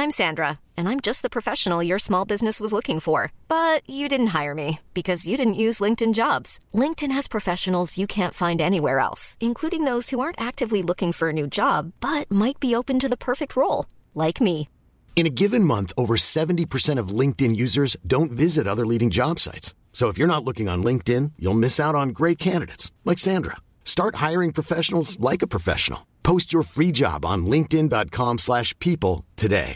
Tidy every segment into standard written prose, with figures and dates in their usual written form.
I'm Sandra, and I'm just the professional your small business was looking for. But you didn't hire me because you didn't use LinkedIn Jobs. LinkedIn has professionals you can't find anywhere else, including those who aren't actively looking for a new job, but might be open to the perfect role, like me. In a given month, over 70% of LinkedIn users don't visit other leading job sites. So if you're not looking on LinkedIn, you'll miss out on great candidates like Sandra. Start hiring professionals like a professional. Post your free job on linkedin.com/people today.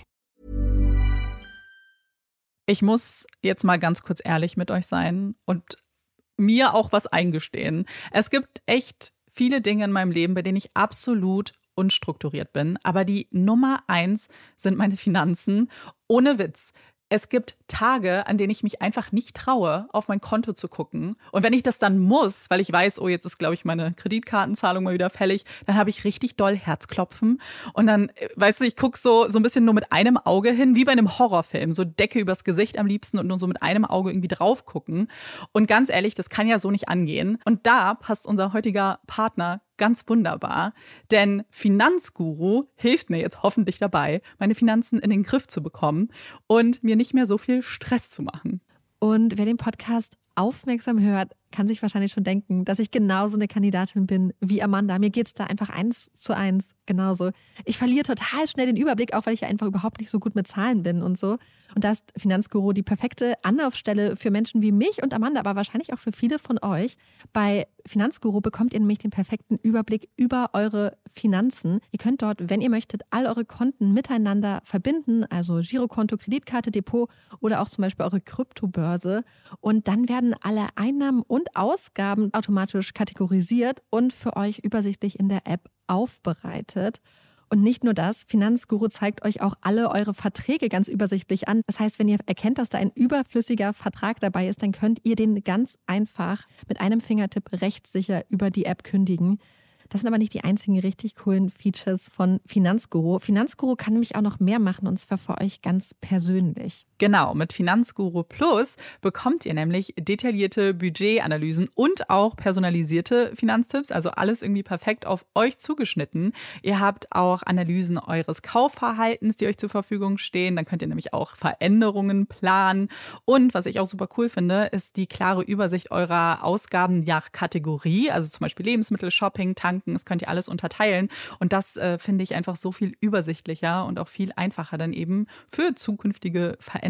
Ich muss jetzt mal ganz kurz ehrlich mit euch sein und mir auch was eingestehen. Es gibt echt viele Dinge in meinem Leben, bei denen ich absolut unstrukturiert bin. Aber die Nummer 1 sind meine Finanzen. Ohne Witz. Es gibt Tage, an denen ich mich einfach nicht traue, auf mein Konto zu gucken. Und wenn ich das dann muss, weil ich weiß, oh, jetzt ist, glaube ich, meine Kreditkartenzahlung mal wieder fällig, dann habe ich richtig doll Herzklopfen. Und dann, weißt du, ich gucke so ein bisschen nur mit einem Auge hin, wie bei einem Horrorfilm. So Decke übers Gesicht am liebsten und nur so mit einem Auge irgendwie drauf gucken. Und ganz ehrlich, das kann ja so nicht angehen. Und da passt unser heutiger Partner ganz wunderbar, denn Finanzguru hilft mir jetzt hoffentlich dabei, meine Finanzen in den Griff zu bekommen und mir nicht mehr so viel Stress zu machen. Und wer den Podcast aufmerksam hört, kann sich wahrscheinlich schon denken, dass ich genauso eine Kandidatin bin wie Amanda. Mir geht's da einfach 1:1 genauso. Ich verliere total schnell den Überblick, auch weil ich ja einfach überhaupt nicht so gut mit Zahlen bin und so. Und da ist Finanzguru die perfekte Anlaufstelle für Menschen wie mich und Amanda, aber wahrscheinlich auch für viele von euch. Bei Finanzguru bekommt ihr nämlich den perfekten Überblick über eure Finanzen. Ihr könnt dort, wenn ihr möchtet, all eure Konten miteinander verbinden, also Girokonto, Kreditkarte, Depot oder auch zum Beispiel eure Kryptobörse. Und dann werden alle Einnahmen und Ausgaben automatisch kategorisiert und für euch übersichtlich in der App aufbereitet. Und nicht nur das, Finanzguru zeigt euch auch alle eure Verträge ganz übersichtlich an. Das heißt, wenn ihr erkennt, dass da ein überflüssiger Vertrag dabei ist, dann könnt ihr den ganz einfach mit einem Fingertipp rechtssicher über die App kündigen. Das sind aber nicht die einzigen richtig coolen Features von Finanzguru. Finanzguru kann nämlich auch noch mehr machen, und zwar für euch ganz persönlich. Genau, mit Finanzguru Plus bekommt ihr nämlich detaillierte Budgetanalysen und auch personalisierte Finanztipps, also alles irgendwie perfekt auf euch zugeschnitten. Ihr habt auch Analysen eures Kaufverhaltens, die euch zur Verfügung stehen. Dann könnt ihr nämlich auch Veränderungen planen. Und was ich auch super cool finde, ist die klare Übersicht eurer Ausgaben nach Kategorie, also zum Beispiel Lebensmittel, Shopping, Tanken, das könnt ihr alles unterteilen. Und das finde ich einfach so viel übersichtlicher und auch viel einfacher dann eben für zukünftige Veränderungen.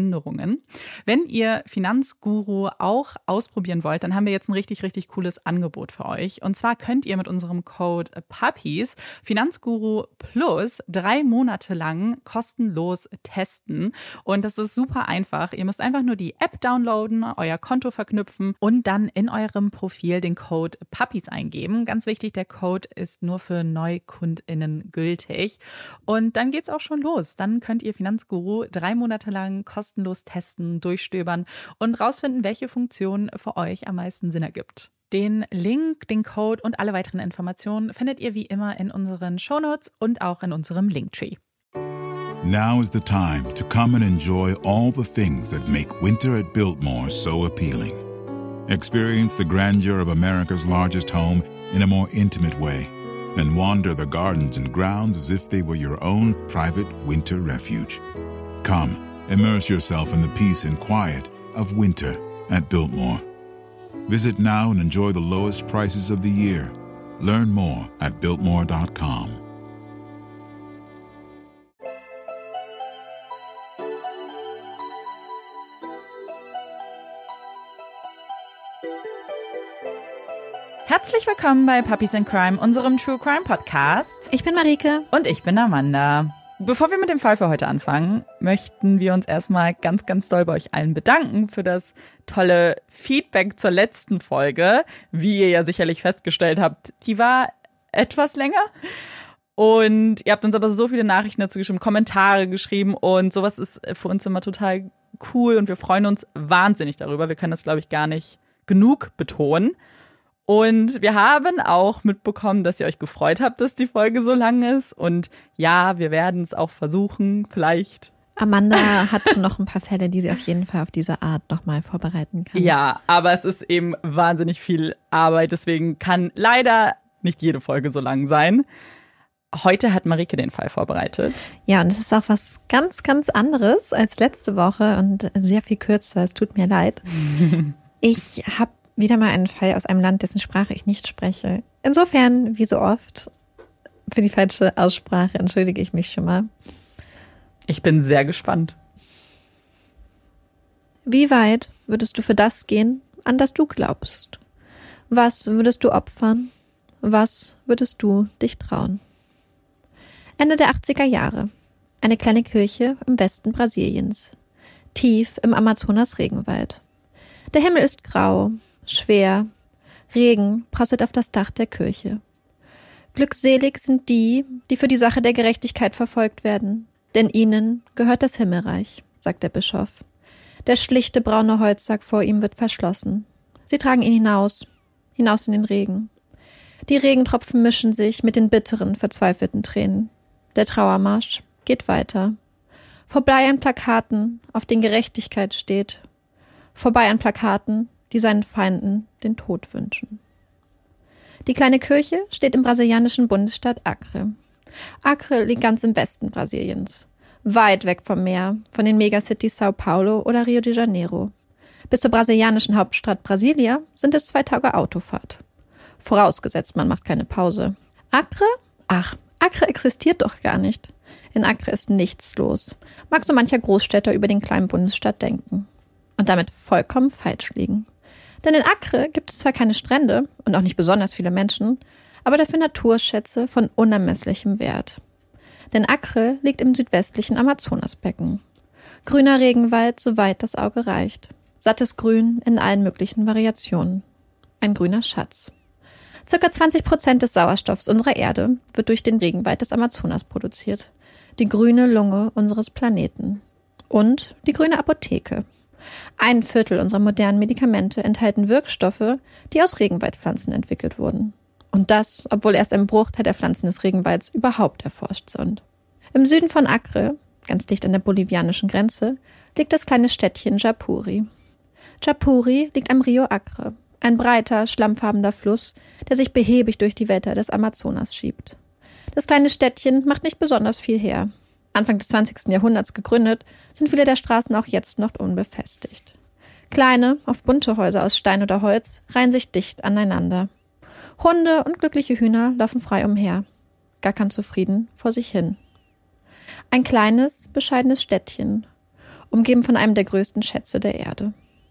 Wenn ihr Finanzguru auch ausprobieren wollt, dann haben wir jetzt ein richtig, richtig cooles Angebot für euch. Und zwar könnt ihr mit unserem Code PUPPIES Finanzguru Plus 3 Monate lang kostenlos testen. Und das ist super einfach. Ihr müsst einfach nur die App downloaden, euer Konto verknüpfen und dann in eurem Profil den Code PUPPIES eingeben. Ganz wichtig, der Code ist nur für NeukundInnen gültig. Und dann geht's auch schon los. Dann könnt ihr Finanzguru 3 Monate lang kostenlos testen, durchstöbern und rausfinden, welche Funktion für euch am meisten Sinn ergibt. Den Link, den Code und alle weiteren Informationen findet ihr wie immer in unseren Shownotes und auch in unserem Linktree. Now is the time to come and enjoy all the things that make winter at Biltmore so appealing. Experience the grandeur of America's largest home in a more intimate way and wander the gardens and grounds as if they were your own private winter refuge. Come, immerse yourself in the peace and quiet of winter at Biltmore. Visit now and enjoy the lowest prices of the year. Learn more at Biltmore.com. Herzlich willkommen bei Puppies in Crime, unserem True Crime Podcast. Ich bin Marike. Und ich bin Amanda. Bevor wir mit dem Fall für heute anfangen, möchten wir uns erstmal ganz, ganz doll bei euch allen bedanken für das tolle Feedback zur letzten Folge. Wie ihr ja sicherlich festgestellt habt, die war etwas länger. Und ihr habt uns aber so viele Nachrichten dazu geschrieben, Kommentare geschrieben und sowas ist für uns immer total cool und wir freuen uns wahnsinnig darüber. Wir können das, glaube ich, gar nicht genug betonen. Und wir haben auch mitbekommen, dass ihr euch gefreut habt, dass die Folge so lang ist. Und ja, wir werden es auch versuchen, vielleicht. Amanda hat schon noch ein paar Fälle, die sie auf jeden Fall auf diese Art nochmal vorbereiten kann. Ja, aber es ist eben wahnsinnig viel Arbeit. Deswegen kann leider nicht jede Folge so lang sein. Heute hat Marike den Fall vorbereitet. Ja, und es ist auch was ganz, ganz anderes als letzte Woche und sehr viel kürzer. Es tut mir leid. Ich habe wieder mal einen Fall aus einem Land, dessen Sprache ich nicht spreche. Insofern, wie so oft, für die falsche Aussprache entschuldige ich mich schon mal. Ich bin sehr gespannt. Wie weit würdest du für das gehen, an das du glaubst? Was würdest du opfern? Was würdest du dich trauen? Ende der 80er Jahre. Eine kleine Kirche im Westen Brasiliens. Tief im Amazonas-Regenwald. Der Himmel ist grau, schwer. Regen prasselt auf das Dach der Kirche. Glückselig sind die, die für die Sache der Gerechtigkeit verfolgt werden. Denn ihnen gehört das Himmelreich, sagt der Bischof. Der schlichte braune Holzsack vor ihm wird verschlossen. Sie tragen ihn hinaus in den Regen. Die Regentropfen mischen sich mit den bitteren, verzweifelten Tränen. Der Trauermarsch geht weiter. Vorbei an Plakaten, auf denen Gerechtigkeit steht. Vorbei an Plakaten, die seinen Feinden den Tod wünschen. Die kleine Kirche steht im brasilianischen Bundesstaat Acre. Acre liegt ganz im Westen Brasiliens. Weit weg vom Meer, von den Megacities Sao Paulo oder Rio de Janeiro. Bis zur brasilianischen Hauptstadt Brasilia sind es 2 Tage Autofahrt. Vorausgesetzt, man macht keine Pause. Acre? Ach, Acre existiert doch gar nicht. In Acre ist nichts los. Mag so mancher Großstädter über den kleinen Bundesstaat denken. Und damit vollkommen falsch liegen. Denn in Acre gibt es zwar keine Strände und auch nicht besonders viele Menschen, aber dafür Naturschätze von unermesslichem Wert. Denn Acre liegt im südwestlichen Amazonasbecken. Grüner Regenwald, soweit das Auge reicht. Sattes Grün in allen möglichen Variationen. Ein grüner Schatz. Circa 20% des Sauerstoffs unserer Erde wird durch den Regenwald des Amazonas produziert. Die grüne Lunge unseres Planeten. Und die grüne Apotheke. 1/4 unserer modernen Medikamente enthalten Wirkstoffe, die aus Regenwaldpflanzen entwickelt wurden. Und das, obwohl erst ein Bruchteil der Pflanzen des Regenwalds überhaupt erforscht sind. Im Süden von Acre, ganz dicht an der bolivianischen Grenze, liegt das kleine Städtchen Japuri. Japuri liegt am Rio Acre, ein breiter, schlammfarbener Fluss, der sich behäbig durch die Wälder des Amazonas schiebt. Das kleine Städtchen macht nicht besonders viel her. Anfang des 20. Jahrhunderts gegründet, sind viele der Straßen auch jetzt noch unbefestigt. Kleine, oft bunte Häuser aus Stein oder Holz reihen sich dicht aneinander. Hunde und glückliche Hühner laufen frei umher, gackern zufrieden vor sich hin. Ein kleines, bescheidenes Städtchen, umgeben von einem der größten Schätze der Erde.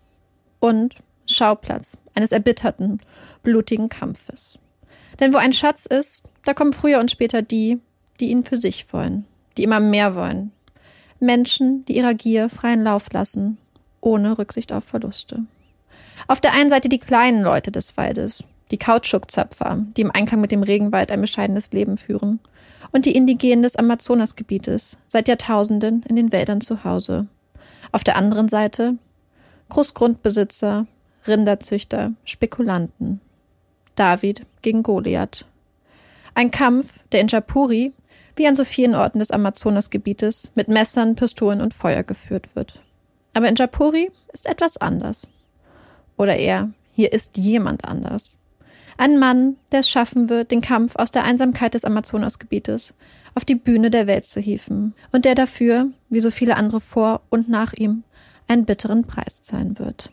Und Schauplatz eines erbitterten, blutigen Kampfes. Denn wo ein Schatz ist, da kommen früher und später die, die ihn für sich wollen, die immer mehr wollen. Menschen, die ihrer Gier freien Lauf lassen, ohne Rücksicht auf Verluste. Auf der einen Seite die kleinen Leute des Waldes, die Kautschukzapfer, die im Einklang mit dem Regenwald ein bescheidenes Leben führen, und die Indigenen des Amazonasgebietes, seit Jahrtausenden in den Wäldern zu Hause. Auf der anderen Seite Großgrundbesitzer, Rinderzüchter, Spekulanten. David gegen Goliath. Ein Kampf, der in Japuri, wie an so vielen Orten des Amazonasgebietes, mit Messern, Pistolen und Feuer geführt wird. Aber in Japuri ist etwas anders. Oder eher, hier ist jemand anders. Ein Mann, der es schaffen wird, den Kampf aus der Einsamkeit des Amazonasgebietes auf die Bühne der Welt zu hieven und der dafür, wie so viele andere vor und nach ihm, einen bitteren Preis zahlen wird.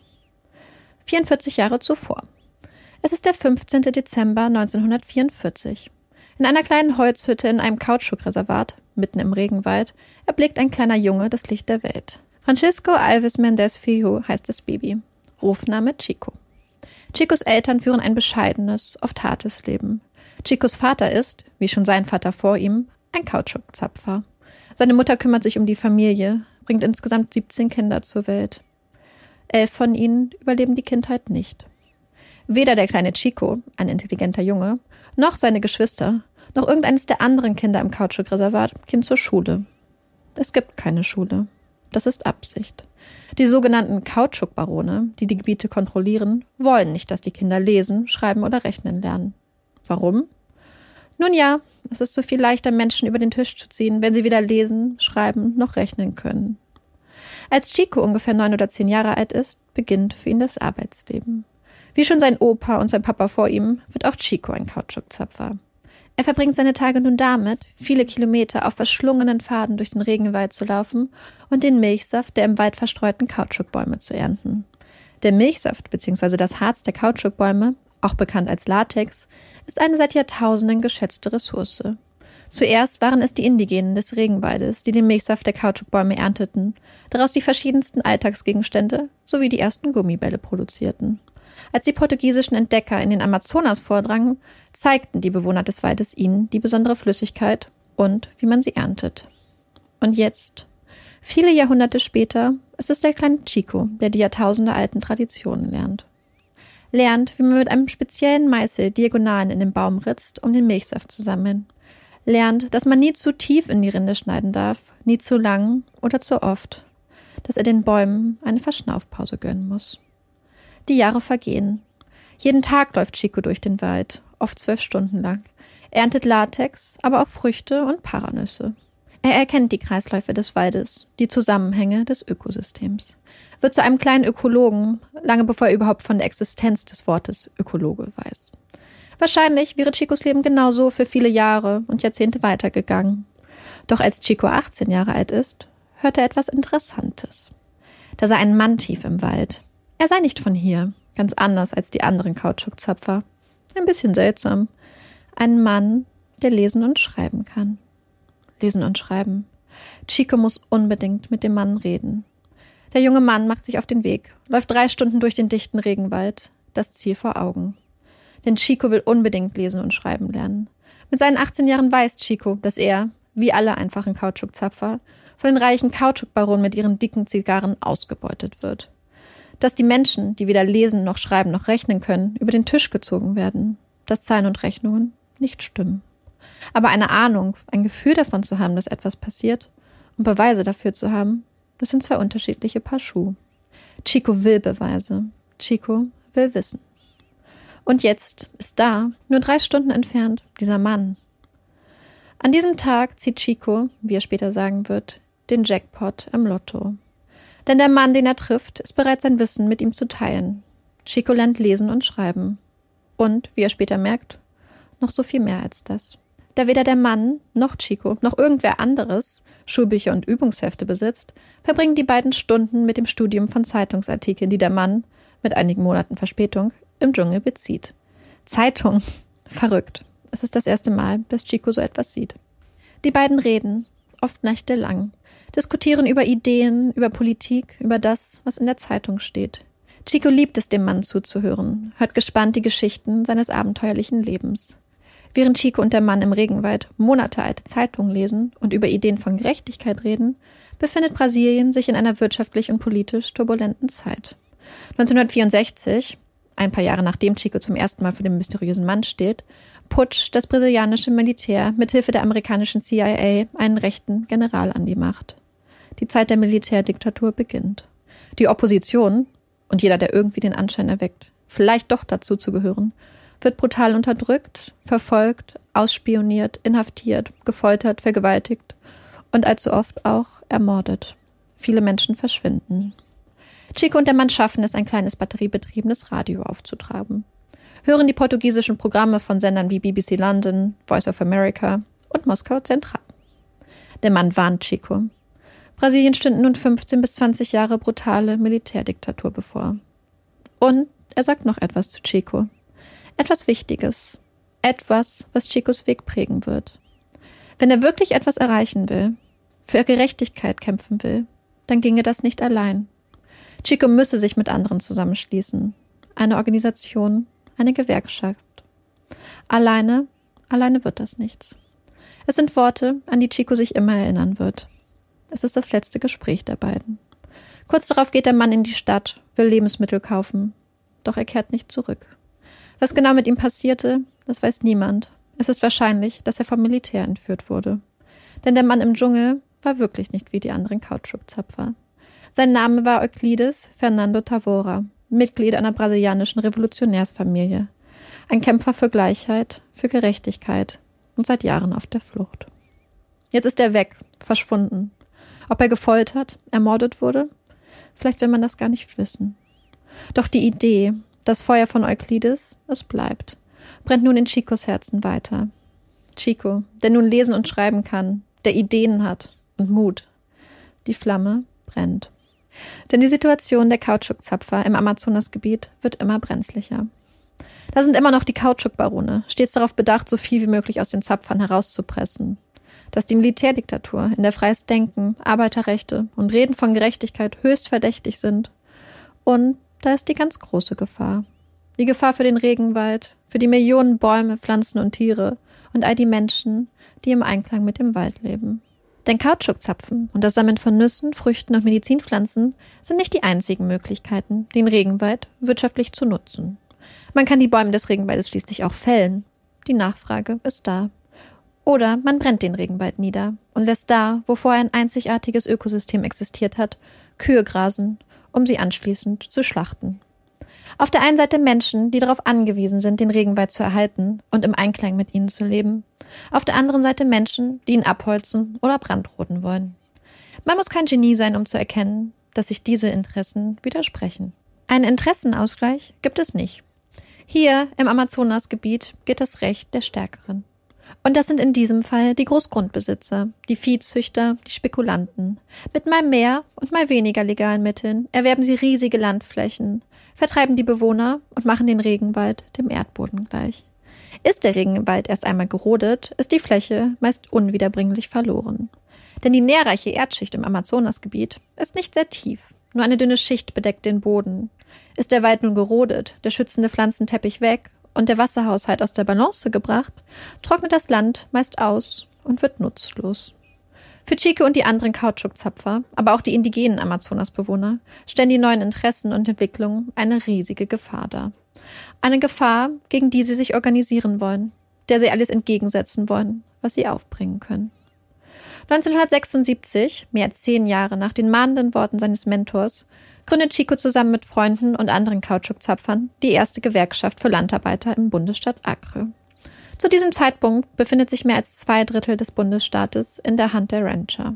44 Jahre zuvor. Es ist der 15. Dezember 1944. In einer kleinen Holzhütte in einem Kautschukreservat, mitten im Regenwald, erblickt ein kleiner Junge das Licht der Welt. Francisco Alves Mendes Filho heißt das Baby. Rufname Chico. Chicos Eltern führen ein bescheidenes, oft hartes Leben. Chicos Vater ist, wie schon sein Vater vor ihm, ein Kautschukzapfer. Seine Mutter kümmert sich um die Familie, bringt insgesamt 17 Kinder zur Welt. 11 von ihnen überleben die Kindheit nicht. Weder der kleine Chico, ein intelligenter Junge, noch seine Geschwister, noch irgendeines der anderen Kinder im Kautschukreservat gehen zur Schule. Es gibt keine Schule. Das ist Absicht. Die sogenannten Kautschukbarone, die die Gebiete kontrollieren, wollen nicht, dass die Kinder lesen, schreiben oder rechnen lernen. Warum? Nun ja, es ist so viel leichter, Menschen über den Tisch zu ziehen, wenn sie weder lesen, schreiben noch rechnen können. Als Chico ungefähr 9 oder 10 Jahre alt ist, beginnt für ihn das Arbeitsleben. Wie schon sein Opa und sein Papa vor ihm, wird auch Chico ein Kautschukzapfer. Er verbringt seine Tage nun damit, viele Kilometer auf verschlungenen Pfaden durch den Regenwald zu laufen und den Milchsaft der im Wald verstreuten Kautschukbäume zu ernten. Der Milchsaft bzw. das Harz der Kautschukbäume, auch bekannt als Latex, ist eine seit Jahrtausenden geschätzte Ressource. Zuerst waren es die Indigenen des Regenwaldes, die den Milchsaft der Kautschukbäume ernteten, daraus die verschiedensten Alltagsgegenstände sowie die ersten Gummibälle produzierten. Als die portugiesischen Entdecker in den Amazonas vordrangen, zeigten die Bewohner des Waldes ihnen die besondere Flüssigkeit und wie man sie erntet. Und jetzt, viele Jahrhunderte später, ist es der kleine Chico, der die jahrtausendealten Traditionen lernt. Lernt, wie man mit einem speziellen Meißel Diagonalen in den Baum ritzt, um den Milchsaft zu sammeln. Lernt, dass man nie zu tief in die Rinde schneiden darf, nie zu lang oder zu oft. Dass er den Bäumen eine Verschnaufpause gönnen muss. Die Jahre vergehen. Jeden Tag läuft Chico durch den Wald, oft 12 Stunden lang. Er erntet Latex, aber auch Früchte und Paranüsse. Er erkennt die Kreisläufe des Waldes, die Zusammenhänge des Ökosystems. Wird zu einem kleinen Ökologen, lange bevor er überhaupt von der Existenz des Wortes Ökologe weiß. Wahrscheinlich wäre Chicos Leben genauso für viele Jahre und Jahrzehnte weitergegangen. Doch als Chico 18 Jahre alt ist, hört er etwas Interessantes. Da sei ein Mann tief im Wald. Er sei nicht von hier, ganz anders als die anderen Kautschukzapfer. Ein bisschen seltsam. Ein Mann, der lesen und schreiben kann. Lesen und schreiben. Chico muss unbedingt mit dem Mann reden. Der junge Mann macht sich auf den Weg, läuft 3 Stunden durch den dichten Regenwald, das Ziel vor Augen. Denn Chico will unbedingt lesen und schreiben lernen. Mit seinen 18 Jahren weiß Chico, dass er, wie alle einfachen Kautschukzapfer, von den reichen Kautschukbaronen mit ihren dicken Zigarren ausgebeutet wird. Dass die Menschen, die weder lesen noch schreiben noch rechnen können, über den Tisch gezogen werden. Dass Zahlen und Rechnungen nicht stimmen. Aber eine Ahnung, ein Gefühl davon zu haben, dass etwas passiert und Beweise dafür zu haben, das sind 2 unterschiedliche Paar Schuhe. Chico will Beweise. Chico will wissen. Und jetzt ist da, nur 3 Stunden entfernt, dieser Mann. An diesem Tag zieht Chico, wie er später sagen wird, den Jackpot im Lotto. Denn der Mann, den er trifft, ist bereit, sein Wissen mit ihm zu teilen. Chico lernt lesen und schreiben. Und, wie er später merkt, noch so viel mehr als das. Da weder der Mann, noch Chico, noch irgendwer anderes Schulbücher und Übungshefte besitzt, verbringen die beiden Stunden mit dem Studium von Zeitungsartikeln, die der Mann, mit einigen Monaten Verspätung, im Dschungel bezieht. Zeitung. Verrückt. Es ist das erste Mal, dass Chico so etwas sieht. Die beiden reden, oft nächtelang, diskutieren über Ideen, über Politik, über das, was in der Zeitung steht. Chico liebt es, dem Mann zuzuhören, hört gespannt die Geschichten seines abenteuerlichen Lebens. Während Chico und der Mann im Regenwald monatealte Zeitungen lesen und über Ideen von Gerechtigkeit reden, befindet Brasilien sich in einer wirtschaftlich und politisch turbulenten Zeit. 1964, ein paar Jahre nachdem Chico zum ersten Mal vor dem mysteriösen Mann steht, putscht das brasilianische Militär mithilfe der amerikanischen CIA einen rechten General an die Macht. Die Zeit der Militärdiktatur beginnt. Die Opposition, und jeder, der irgendwie den Anschein erweckt, vielleicht doch dazu zu gehören, wird brutal unterdrückt, verfolgt, ausspioniert, inhaftiert, gefoltert, vergewaltigt und allzu oft auch ermordet. Viele Menschen verschwinden. Chico und der Mann schaffen es, ein kleines batteriebetriebenes Radio aufzutreiben. Hören die portugiesischen Programme von Sendern wie BBC London, Voice of America und Moskau Zentral. Der Mann warnt Chico. Brasilien stünden nun 15 bis 20 Jahre brutale Militärdiktatur bevor. Und er sagt noch etwas zu Chico. Etwas Wichtiges. Etwas, was Chicos Weg prägen wird. Wenn er wirklich etwas erreichen will, für Gerechtigkeit kämpfen will, dann ginge das nicht allein. Chico müsse sich mit anderen zusammenschließen. Eine Organisation, eine Gewerkschaft. Alleine wird das nichts. Es sind Worte, an die Chico sich immer erinnern wird. Es ist das letzte Gespräch der beiden. Kurz darauf geht der Mann in die Stadt, will Lebensmittel kaufen. Doch er kehrt nicht zurück. Was genau mit ihm passierte, das weiß niemand. Es ist wahrscheinlich, dass er vom Militär entführt wurde. Denn der Mann im Dschungel war wirklich nicht wie die anderen Kautschukzapfer. Sein Name war Euclides Fernando Tavora, Mitglied einer brasilianischen Revolutionärsfamilie. Ein Kämpfer für Gleichheit, für Gerechtigkeit und seit Jahren auf der Flucht. Jetzt ist er weg, verschwunden. Ob er gefoltert, ermordet wurde? Vielleicht will man das gar nicht wissen. Doch die Idee, das Feuer von Euclides, es bleibt, brennt nun in Chicos Herzen weiter. Chico, der nun lesen und schreiben kann, der Ideen hat und Mut. Die Flamme brennt. Denn die Situation der Kautschukzapfer im Amazonasgebiet wird immer brenzlicher. Da sind immer noch die Kautschukbarone, stets darauf bedacht, so viel wie möglich aus den Zapfern herauszupressen. Dass die Militärdiktatur, in der freies Denken, Arbeiterrechte und Reden von Gerechtigkeit höchst verdächtig sind. Und da ist die ganz große Gefahr. Die Gefahr für den Regenwald, für die Millionen Bäume, Pflanzen und Tiere und all die Menschen, die im Einklang mit dem Wald leben. Denn Kautschukzapfen und das Sammeln von Nüssen, Früchten und Medizinpflanzen sind nicht die einzigen Möglichkeiten, den Regenwald wirtschaftlich zu nutzen. Man kann die Bäume des Regenwaldes schließlich auch fällen. Die Nachfrage ist da. Oder man brennt den Regenwald nieder und lässt da, wo vorher ein einzigartiges Ökosystem existiert hat, Kühe grasen, um sie anschließend zu schlachten. Auf der einen Seite Menschen, die darauf angewiesen sind, den Regenwald zu erhalten und im Einklang mit ihnen zu leben. Auf der anderen Seite Menschen, die ihn abholzen oder brandroden wollen. Man muss kein Genie sein, um zu erkennen, dass sich diese Interessen widersprechen. Einen Interessenausgleich gibt es nicht. Hier im Amazonasgebiet gilt das Recht der Stärkeren. Und das sind in diesem Fall die Großgrundbesitzer, die Viehzüchter, die Spekulanten. Mit mal mehr und mal weniger legalen Mitteln erwerben sie riesige Landflächen, vertreiben die Bewohner und machen den Regenwald dem Erdboden gleich. Ist der Regenwald erst einmal gerodet, ist die Fläche meist unwiederbringlich verloren. Denn die nährreiche Erdschicht im Amazonasgebiet ist nicht sehr tief, nur eine dünne Schicht bedeckt den Boden. Ist der Wald nun gerodet, der schützende Pflanzenteppich weg und der Wasserhaushalt aus der Balance gebracht, trocknet das Land meist aus und wird nutzlos. Für Chico und die anderen Kautschukzapfer, aber auch die indigenen Amazonasbewohner, stellen die neuen Interessen und Entwicklungen eine riesige Gefahr dar. Eine Gefahr, gegen die sie sich organisieren wollen, der sie alles entgegensetzen wollen, was sie aufbringen können. 1976, mehr als 10 Jahre nach den mahnenden Worten seines Mentors, gründet Chico zusammen mit Freunden und anderen Kautschukzapfern die erste Gewerkschaft für Landarbeiter im Bundesstaat Acre. Zu diesem Zeitpunkt befindet sich mehr als 2/3 des Bundesstaates in der Hand der Rancher.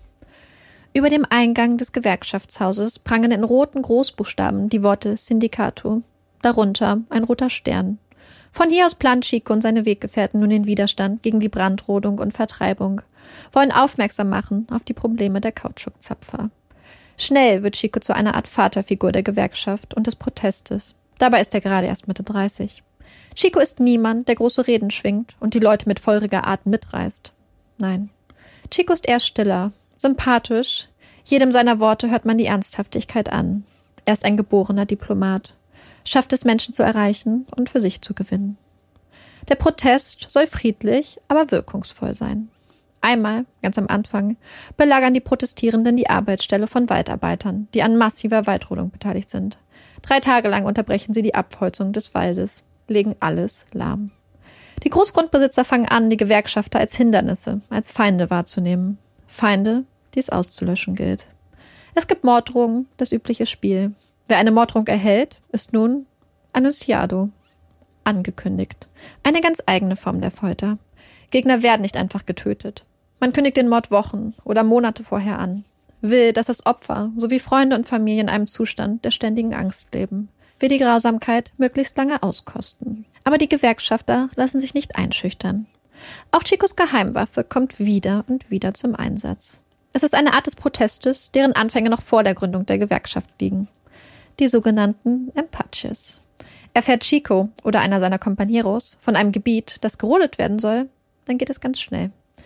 Über dem Eingang des Gewerkschaftshauses prangen in roten Großbuchstaben die Worte Sindicato, darunter ein roter Stern. Von hier aus planen Chico und seine Weggefährten nun den Widerstand gegen die Brandrodung und Vertreibung, wollen aufmerksam machen auf die Probleme der Kautschukzapfer. Schnell wird Chico zu einer Art Vaterfigur der Gewerkschaft und des Protestes. Dabei ist er gerade erst Mitte 30. Chico ist niemand, der große Reden schwingt und die Leute mit feuriger Art mitreißt. Nein, Chico ist eher stiller, sympathisch. Jedem seiner Worte hört man die Ernsthaftigkeit an. Er ist ein geborener Diplomat, schafft es, Menschen zu erreichen und für sich zu gewinnen. Der Protest soll friedlich, aber wirkungsvoll sein. Einmal, ganz am Anfang, belagern die Protestierenden die Arbeitsstelle von Waldarbeitern, die an massiver Waldrodung beteiligt sind. 3 Tage lang unterbrechen sie die Abholzung des Waldes, legen alles lahm. Die Großgrundbesitzer fangen an, die Gewerkschafter als Hindernisse, als Feinde wahrzunehmen. Feinde, die es auszulöschen gilt. Es gibt Morddrohungen, das übliche Spiel. Wer eine Morddrohung erhält, ist nun Annunciado, angekündigt. Eine ganz eigene Form der Folter. Gegner werden nicht einfach getötet. Man kündigt den Mord Wochen oder Monate vorher an. Will, dass das Opfer sowie Freunde und Familie in einem Zustand der ständigen Angst leben. Will die Grausamkeit möglichst lange auskosten. Aber die Gewerkschafter lassen sich nicht einschüchtern. Auch Chicos Geheimwaffe kommt wieder und wieder zum Einsatz. Es ist eine Art des Protestes, deren Anfänge noch vor der Gründung der Gewerkschaft liegen. Die sogenannten Empaches. Erfährt Chico oder einer seiner Compañeros von einem Gebiet, das gerodet werden soll, dann geht es ganz schnell.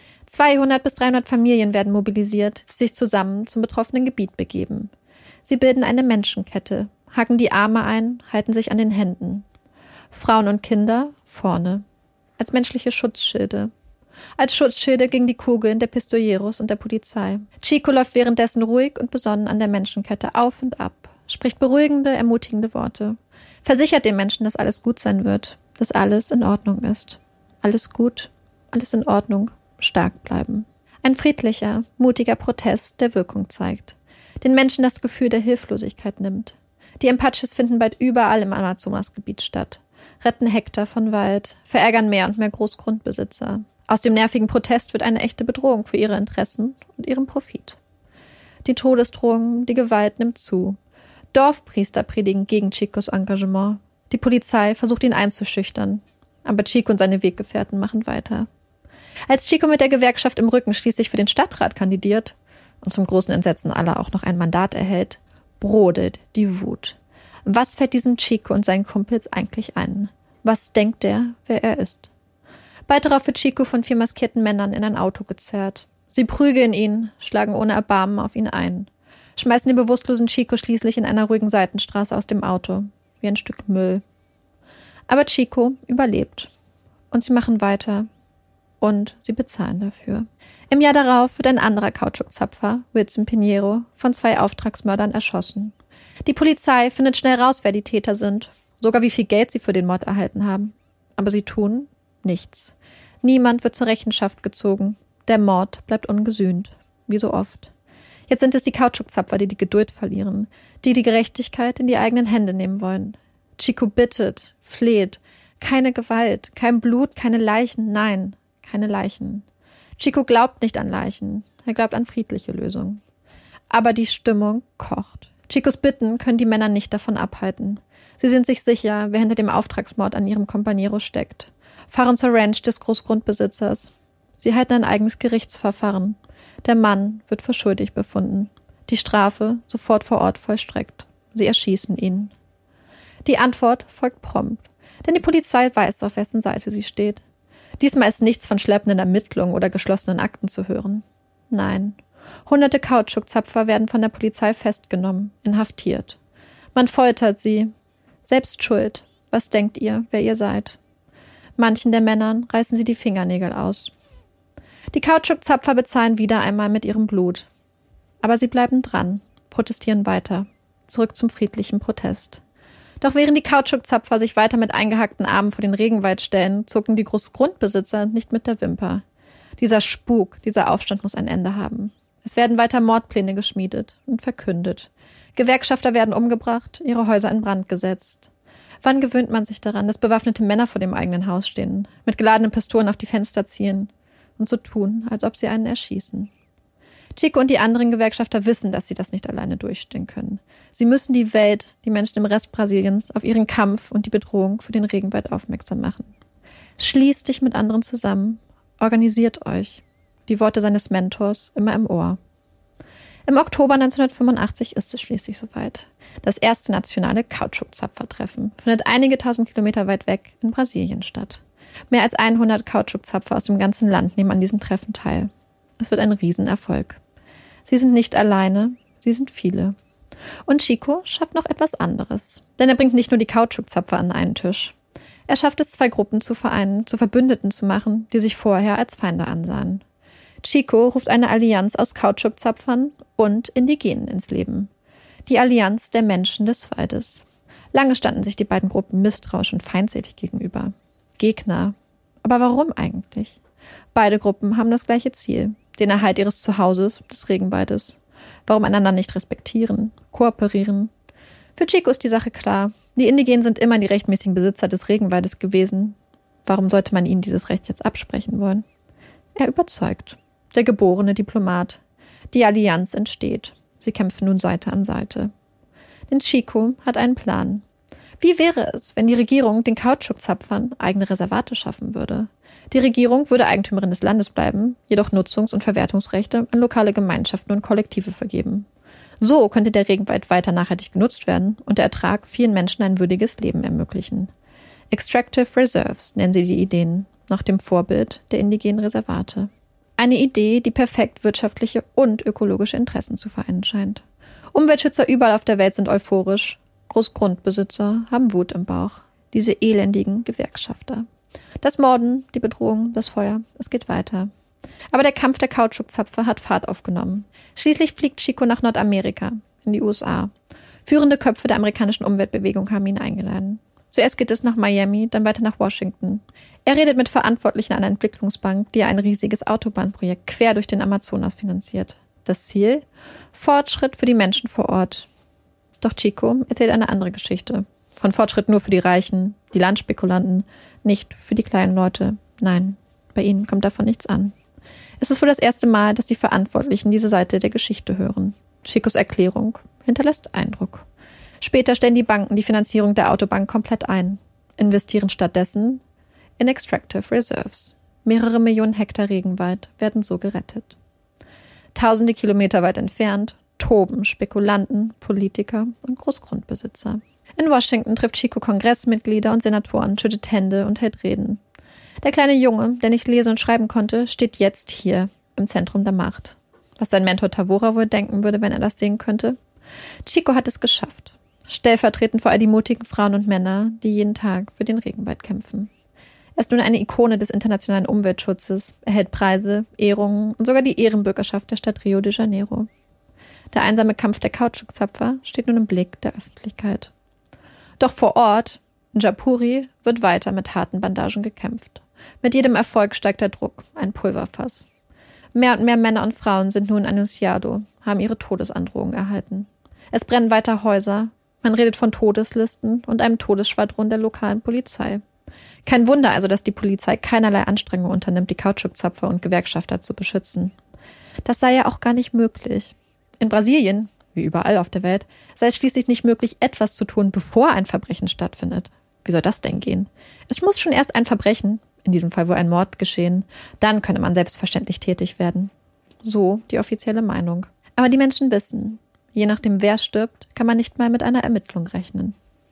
200 bis 300 Familien werden mobilisiert, die sich zusammen zum betroffenen Gebiet begeben. Sie bilden eine Menschenkette, haken die Arme ein, halten sich an den Händen. Frauen und Kinder vorne, als menschliche Schutzschilde. Als Schutzschilde gegen die Kugeln der Pistoleros und der Polizei. Chico läuft währenddessen ruhig und besonnen an der Menschenkette auf und ab, spricht beruhigende, ermutigende Worte, versichert den Menschen, dass alles gut sein wird, dass alles in Ordnung ist. Alles gut, alles in Ordnung, stark bleiben. Ein friedlicher, mutiger Protest, der Wirkung zeigt. Den Menschen das Gefühl der Hilflosigkeit nimmt. Die Empaches finden bald überall im Amazonasgebiet statt. Retten Hektar von Wald, verärgern mehr und mehr Großgrundbesitzer. Aus dem nervigen Protest wird eine echte Bedrohung für ihre Interessen und ihren Profit. Die Todesdrohungen, die Gewalt nimmt zu. Dorfpriester predigen gegen Chicos Engagement. Die Polizei versucht ihn einzuschüchtern. Aber Chico und seine Weggefährten machen weiter. Als Chico mit der Gewerkschaft im Rücken schließlich für den Stadtrat kandidiert und zum großen Entsetzen aller auch noch ein Mandat erhält, brodelt die Wut. Was fällt diesem Chico und seinen Kumpels eigentlich ein? Was denkt er, wer er ist? Bald darauf wird Chico von 4 maskierten Männern in ein Auto gezerrt. Sie prügeln ihn, schlagen ohne Erbarmen auf ihn ein, schmeißen den bewusstlosen Chico schließlich in einer ruhigen Seitenstraße aus dem Auto, wie ein Stück Müll. Aber Chico überlebt. Und sie machen weiter. Und sie bezahlen dafür. Im Jahr darauf wird ein anderer Kautschukzapfer, Wilson Pinheiro, von 2 Auftragsmördern erschossen. Die Polizei findet schnell raus, wer die Täter sind, sogar wie viel Geld sie für den Mord erhalten haben. Aber sie tun nichts. Niemand wird zur Rechenschaft gezogen. Der Mord bleibt ungesühnt, wie so oft. Jetzt sind es die Kautschukzapfer, die die Geduld verlieren, die die Gerechtigkeit in die eigenen Hände nehmen wollen. Chico bittet, fleht. Keine Gewalt, kein Blut, keine Leichen, nein, keine Leichen. Chico glaubt nicht an Leichen, er glaubt an friedliche Lösungen. Aber die Stimmung kocht. Chicos Bitten können die Männer nicht davon abhalten. Sie sind sich sicher, wer hinter dem Auftragsmord an ihrem Compañero steckt. Fahren zur Ranch des Großgrundbesitzers. Sie halten ein eigenes Gerichtsverfahren. Der Mann wird für schuldig befunden. Die Strafe sofort vor Ort vollstreckt. Sie erschießen ihn. Die Antwort folgt prompt, denn die Polizei weiß, auf wessen Seite sie steht. Diesmal ist nichts von schleppenden Ermittlungen oder geschlossenen Akten zu hören. Nein, hunderte Kautschukzapfer werden von der Polizei festgenommen, inhaftiert. Man foltert sie. Selbst schuld. Was denkt ihr, wer ihr seid? Manchen der Männern reißen sie die Fingernägel aus. Die Kautschukzapfer bezahlen wieder einmal mit ihrem Blut. Aber sie bleiben dran, protestieren weiter. Zurück zum friedlichen Protest. Doch während die Kautschukzapfer sich weiter mit eingehackten Armen vor den Regenwald stellen, zucken die Großgrundbesitzer nicht mit der Wimper. Dieser Spuk, dieser Aufstand muss ein Ende haben. Es werden weiter Mordpläne geschmiedet und verkündet. Gewerkschafter werden umgebracht, ihre Häuser in Brand gesetzt. Wann gewöhnt man sich daran, dass bewaffnete Männer vor dem eigenen Haus stehen, mit geladenen Pistolen auf die Fenster zielen und so tun, als ob sie einen erschießen? Chico und die anderen Gewerkschafter wissen, dass sie das nicht alleine durchstehen können. Sie müssen die Welt, die Menschen im Rest Brasiliens, auf ihren Kampf und die Bedrohung für den Regenwald aufmerksam machen. Schließt dich mit anderen zusammen, organisiert euch. Die Worte seines Mentors immer im Ohr. Im Oktober 1985 ist es schließlich soweit. Das erste nationale Kautschukzapfertreffen findet einige tausend Kilometer weit weg in Brasilien statt. Mehr als 100 Kautschukzapfer aus dem ganzen Land nehmen an diesem Treffen teil. Es wird ein Riesenerfolg. Sie sind nicht alleine, sie sind viele. Und Chico schafft noch etwas anderes. Denn er bringt nicht nur die Kautschukzapfer an einen Tisch. Er schafft es, 2 Gruppen zu vereinen, zu Verbündeten zu machen, die sich vorher als Feinde ansahen. Chico ruft eine Allianz aus Kautschukzapfern und Indigenen ins Leben. Die Allianz der Menschen des Waldes. Lange standen sich die beiden Gruppen misstrauisch und feindselig gegenüber. Gegner. Aber warum eigentlich? Beide Gruppen haben das gleiche Ziel. Den Erhalt ihres Zuhauses, des Regenwaldes. Warum einander nicht respektieren, kooperieren? Für Chico ist die Sache klar. Die Indigenen sind immer die rechtmäßigen Besitzer des Regenwaldes gewesen. Warum sollte man ihnen dieses Recht jetzt absprechen wollen? Er überzeugt. Der geborene Diplomat. Die Allianz entsteht. Sie kämpfen nun Seite an Seite. Denn Chico hat einen Plan. Wie wäre es, wenn die Regierung den Kautschukzapfern eigene Reservate schaffen würde? Die Regierung würde Eigentümerin des Landes bleiben, jedoch Nutzungs- und Verwertungsrechte an lokale Gemeinschaften und Kollektive vergeben. So könnte der Regenwald weiter nachhaltig genutzt werden und der Ertrag vielen Menschen ein würdiges Leben ermöglichen. Extractive Reserves nennen sie die Ideen, nach dem Vorbild der indigenen Reservate. Eine Idee, die perfekt wirtschaftliche und ökologische Interessen zu vereinen scheint. Umweltschützer überall auf der Welt sind euphorisch. Großgrundbesitzer haben Wut im Bauch. Diese elendigen Gewerkschafter. Das Morden, die Bedrohung, das Feuer, es geht weiter. Aber der Kampf der Kautschukzapfer hat Fahrt aufgenommen. Schließlich fliegt Chico nach Nordamerika, in die USA. Führende Köpfe der amerikanischen Umweltbewegung haben ihn eingeladen. Zuerst geht es nach Miami, dann weiter nach Washington. Er redet mit Verantwortlichen einer Entwicklungsbank, die ein riesiges Autobahnprojekt quer durch den Amazonas finanziert. Das Ziel? Fortschritt für die Menschen vor Ort. Doch Chico erzählt eine andere Geschichte. Von Fortschritt nur für die Reichen, die Landspekulanten, nicht für die kleinen Leute. Nein, bei ihnen kommt davon nichts an. Es ist wohl das erste Mal, dass die Verantwortlichen diese Seite der Geschichte hören. Chicos Erklärung hinterlässt Eindruck. Später stellen die Banken die Finanzierung der Autobahn komplett ein, investieren stattdessen in Extractive Reserves. Mehrere Millionen Hektar Regenwald werden so gerettet. Tausende Kilometer weit entfernt toben Spekulanten, Politiker und Großgrundbesitzer. In Washington trifft Chico Kongressmitglieder und Senatoren, schüttet Hände und hält Reden. Der kleine Junge, der nicht lesen und schreiben konnte, steht jetzt hier im Zentrum der Macht. Was sein Mentor Tavora wohl denken würde, wenn er das sehen könnte? Chico hat es geschafft. Stellvertretend für all die mutigen Frauen und Männer, die jeden Tag für den Regenwald kämpfen. Er ist nun eine Ikone des internationalen Umweltschutzes, erhält Preise, Ehrungen und sogar die Ehrenbürgerschaft der Stadt Rio de Janeiro. Der einsame Kampf der Kautschukzapfer steht nun im Blick der Öffentlichkeit. Doch vor Ort, in Japuri, wird weiter mit harten Bandagen gekämpft. Mit jedem Erfolg steigt der Druck, ein Pulverfass. Mehr und mehr Männer und Frauen sind nun Anunciado, haben ihre Todesandrohungen erhalten. Es brennen weiter Häuser, man redet von Todeslisten und einem Todesschwadron der lokalen Polizei. Kein Wunder also, dass die Polizei keinerlei Anstrengungen unternimmt, die Kautschukzapfer und Gewerkschafter zu beschützen. Das sei ja auch gar nicht möglich. In Brasilien, wie überall auf der Welt, sei es schließlich nicht möglich, etwas zu tun, bevor ein Verbrechen stattfindet. Wie soll das denn gehen? Es muss schon erst ein Verbrechen, in diesem Fall wohl ein Mord, geschehen. Dann könne man selbstverständlich tätig werden. So die offizielle Meinung. Aber die Menschen wissen, je nachdem wer stirbt, kann man nicht mal mit einer Ermittlung rechnen.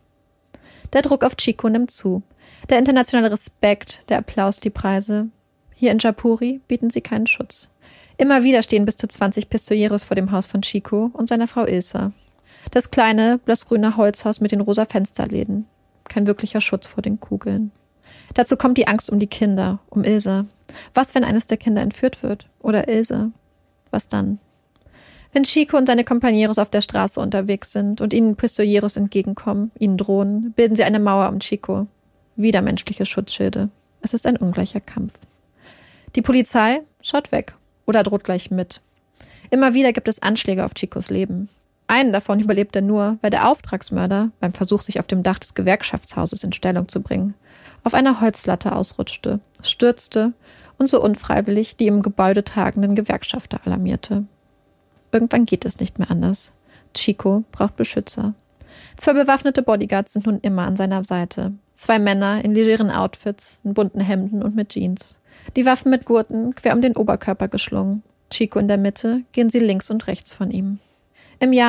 Der Druck auf Chico nimmt zu. Der internationale Respekt, der Applaus, die Preise. Hier in Japuri bieten sie keinen Schutz. Immer wieder stehen bis zu 20 Pistoleros vor dem Haus von Chico und seiner Frau Ilse. Das kleine, blassgrüne Holzhaus mit den rosa Fensterläden. Kein wirklicher Schutz vor den Kugeln. Dazu kommt die Angst um die Kinder, um Ilse. Was, wenn eines der Kinder entführt wird? Oder Ilse? Was dann? Wenn Chico und seine Compañeros auf der Straße unterwegs sind und ihnen Pistoleros entgegenkommen, ihnen drohen, bilden sie eine Mauer um Chico. Wieder menschliche Schutzschilde. Es ist ein ungleicher Kampf. Die Polizei schaut weg oder droht gleich mit. Immer wieder gibt es Anschläge auf Chicos Leben. Einen davon überlebt er nur, weil der Auftragsmörder beim Versuch, sich auf dem Dach des Gewerkschaftshauses in Stellung zu bringen, auf einer Holzlatte ausrutschte, stürzte und so unfreiwillig die im Gebäude tagenden Gewerkschafter alarmierte. Irgendwann geht es nicht mehr anders. Chico braucht Beschützer. 2 bewaffnete Bodyguards sind nun immer an seiner Seite. 2 Männer in legeren Outfits, in bunten Hemden und mit Jeans. Die Waffen mit Gurten quer um den Oberkörper geschlungen. Chico in der Mitte, gehen sie links und rechts von ihm. Im Jahr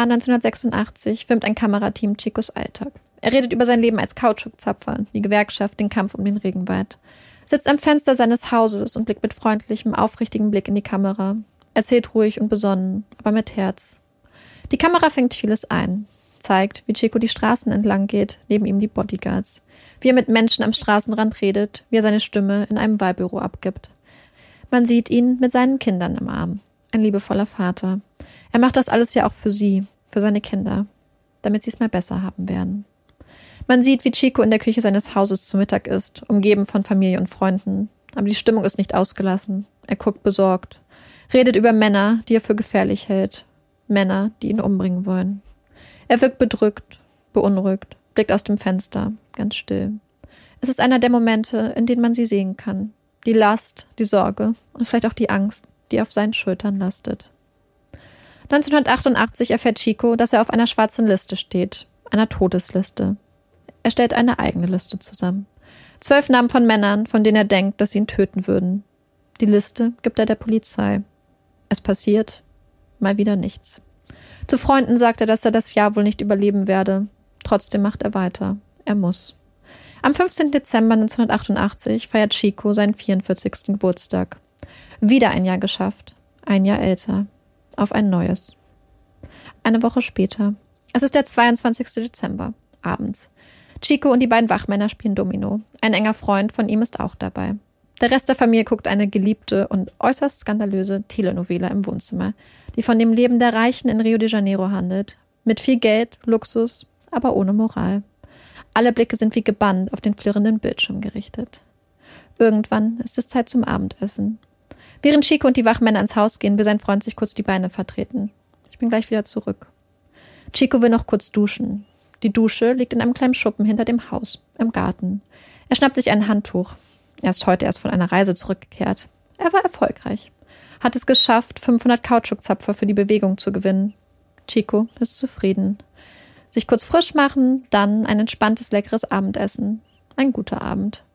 1986 filmt ein Kamerateam Chicos Alltag. Er redet über sein Leben als Kautschukzapfer, die Gewerkschaft, den Kampf um den Regenwald. Sitzt am Fenster seines Hauses und blickt mit freundlichem, aufrichtigem Blick in die Kamera. Erzählt ruhig und besonnen, aber mit Herz. Die Kamera fängt vieles ein. Zeigt, wie Chico die Straßen entlang geht, neben ihm die Bodyguards. Wie er mit Menschen am Straßenrand redet, wie er seine Stimme in einem Wahlbüro abgibt. Man sieht ihn mit seinen Kindern im Arm. Ein liebevoller Vater. Er macht das alles ja auch für sie, für seine Kinder, damit sie es mal besser haben werden. Man sieht, wie Chico in der Küche seines Hauses zu Mittag isst, umgeben von Familie und Freunden. Aber die Stimmung ist nicht ausgelassen. Er guckt besorgt. Redet über Männer, die er für gefährlich hält. Männer, die ihn umbringen wollen. Er wirkt bedrückt, beunruhigt, blickt aus dem Fenster, ganz still. Es ist einer der Momente, in denen man sie sehen kann. Die Last, die Sorge und vielleicht auch die Angst, die auf seinen Schultern lastet. 1988 erfährt Chico, dass er auf einer schwarzen Liste steht, einer Todesliste. Er stellt eine eigene Liste zusammen. 12 Namen von Männern, von denen er denkt, dass sie ihn töten würden. Die Liste gibt er der Polizei. Es passiert mal wieder nichts. Zu Freunden sagt er, dass er das Jahr wohl nicht überleben werde. Trotzdem macht er weiter. Er muss. Am 15. Dezember 1988 feiert Chico seinen 44. Geburtstag. Wieder ein Jahr geschafft. Ein Jahr älter. Auf ein neues. Eine Woche später. Es ist der 22. Dezember. Abends. Chico und die beiden Wachmänner spielen Domino. Ein enger Freund von ihm ist auch dabei. Der Rest der Familie guckt eine geliebte und äußerst skandalöse Telenovela im Wohnzimmer, die von dem Leben der Reichen in Rio de Janeiro handelt. Mit viel Geld, Luxus, aber ohne Moral. Alle Blicke sind wie gebannt auf den flirrenden Bildschirm gerichtet. Irgendwann ist es Zeit zum Abendessen. Während Chico und die Wachmänner ins Haus gehen, will sein Freund sich kurz die Beine vertreten. Ich bin gleich wieder zurück. Chico will noch kurz duschen. Die Dusche liegt in einem kleinen Schuppen hinter dem Haus, im Garten. Er schnappt sich ein Handtuch. Er ist heute erst von einer Reise zurückgekehrt. Er war erfolgreich. Hat es geschafft, 500 Kautschukzapfer für die Bewegung zu gewinnen. Chico ist zufrieden. Sich kurz frisch machen, dann ein entspanntes, leckeres Abendessen. Ein guter Abend.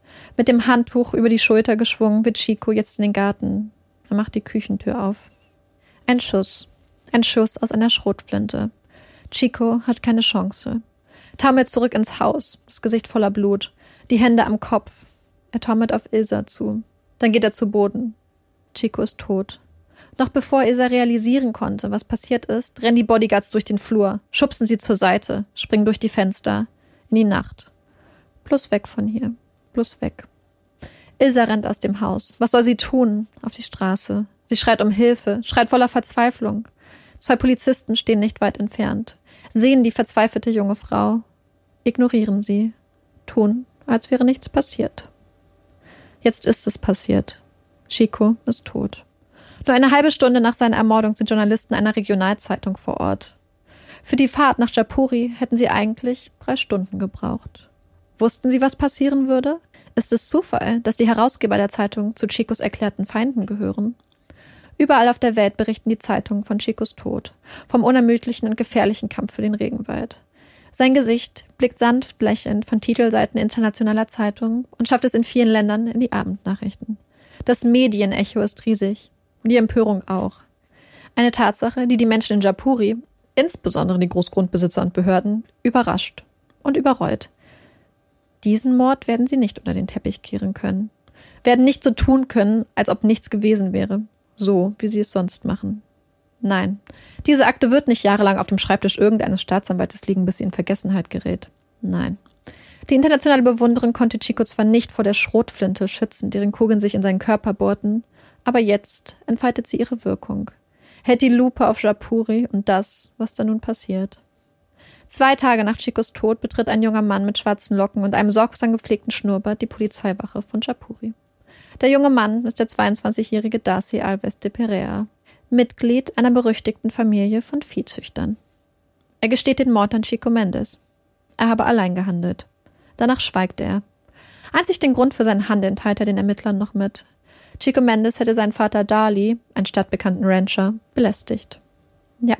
Mit dem Handtuch über die Schulter geschwungen wird Chico jetzt in den Garten. Er macht die Küchentür auf. Ein Schuss aus einer Schrotflinte. Chico hat keine Chance. Taumelt zurück ins Haus, das Gesicht voller Blut, die Hände am Kopf. Er taumelt auf Ilsa zu. Dann geht er zu Boden. Chico ist tot. Noch bevor Ilsa realisieren konnte, was passiert ist, rennen die Bodyguards durch den Flur, schubsen sie zur Seite, springen durch die Fenster, in die Nacht. Bloß weg von hier, bloß weg. Ilsa rennt aus dem Haus. Was soll sie tun? Auf die Straße. Sie schreit um Hilfe, schreit voller Verzweiflung. 2 Polizisten stehen nicht weit entfernt, sehen die verzweifelte junge Frau, ignorieren sie, tun, als wäre nichts passiert. Jetzt ist es passiert. Chico ist tot. Nur eine halbe Stunde nach seiner Ermordung sind Journalisten einer Regionalzeitung vor Ort. Für die Fahrt nach Japuri hätten sie eigentlich 3 Stunden gebraucht. Wussten sie, was passieren würde? Ist es Zufall, dass die Herausgeber der Zeitung zu Chicos erklärten Feinden gehören? Überall auf der Welt berichten die Zeitungen von Chicos Tod, vom unermüdlichen und gefährlichen Kampf für den Regenwald. Sein Gesicht blickt sanft lächelnd von Titelseiten internationaler Zeitungen und schafft es in vielen Ländern in die Abendnachrichten. Das Medienecho ist riesig. Die Empörung auch. Eine Tatsache, die die Menschen in Japuri, insbesondere die Großgrundbesitzer und Behörden, überrascht und überrollt. Diesen Mord werden sie nicht unter den Teppich kehren können. Werden nicht so tun können, als ob nichts gewesen wäre. So, wie sie es sonst machen. Nein, diese Akte wird nicht jahrelang auf dem Schreibtisch irgendeines Staatsanwaltes liegen, bis sie in Vergessenheit gerät. Nein. Die internationale Bewunderung konnte Chico zwar nicht vor der Schrotflinte schützen, deren Kugeln sich in seinen Körper bohrten, aber jetzt entfaltet sie ihre Wirkung. Hält die Lupe auf Japuri und das, was da nun passiert. 2 Tage nach Chicos Tod betritt ein junger Mann mit schwarzen Locken und einem sorgsam gepflegten Schnurrbart die Polizeiwache von Japuri. Der junge Mann ist der 22-jährige Darcy Alves de Perea, Mitglied einer berüchtigten Familie von Viehzüchtern. Er gesteht den Mord an Chico Mendes. Er habe allein gehandelt. Danach schweigt er. Einzig den Grund für sein Handeln teilt er den Ermittlern noch mit. Chico Mendes hätte seinen Vater Dali, einen stadtbekannten Rancher, belästigt. Ja,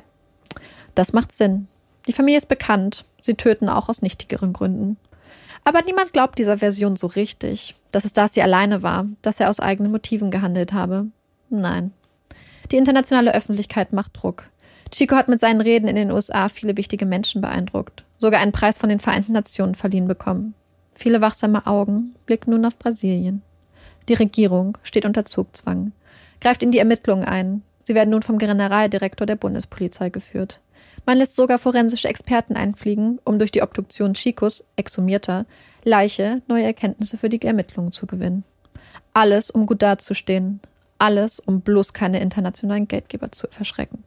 das macht Sinn. Die Familie ist bekannt. Sie töten auch aus nichtigeren Gründen. Aber niemand glaubt dieser Version so richtig, dass es Darcy alleine war, dass er aus eigenen Motiven gehandelt habe. Nein. Die internationale Öffentlichkeit macht Druck. Chico hat mit seinen Reden in den USA viele wichtige Menschen beeindruckt, sogar einen Preis von den Vereinten Nationen verliehen bekommen. Viele wachsame Augen blicken nun auf Brasilien. Die Regierung steht unter Zugzwang, greift in die Ermittlungen ein. Sie werden nun vom Generaldirektor der Bundespolizei geführt. Man lässt sogar forensische Experten einfliegen, um durch die Obduktion Chicos, exhumierter, Leiche neue Erkenntnisse für die Ermittlungen zu gewinnen. Alles, um gut dazustehen. Alles, um bloß keine internationalen Geldgeber zu verschrecken.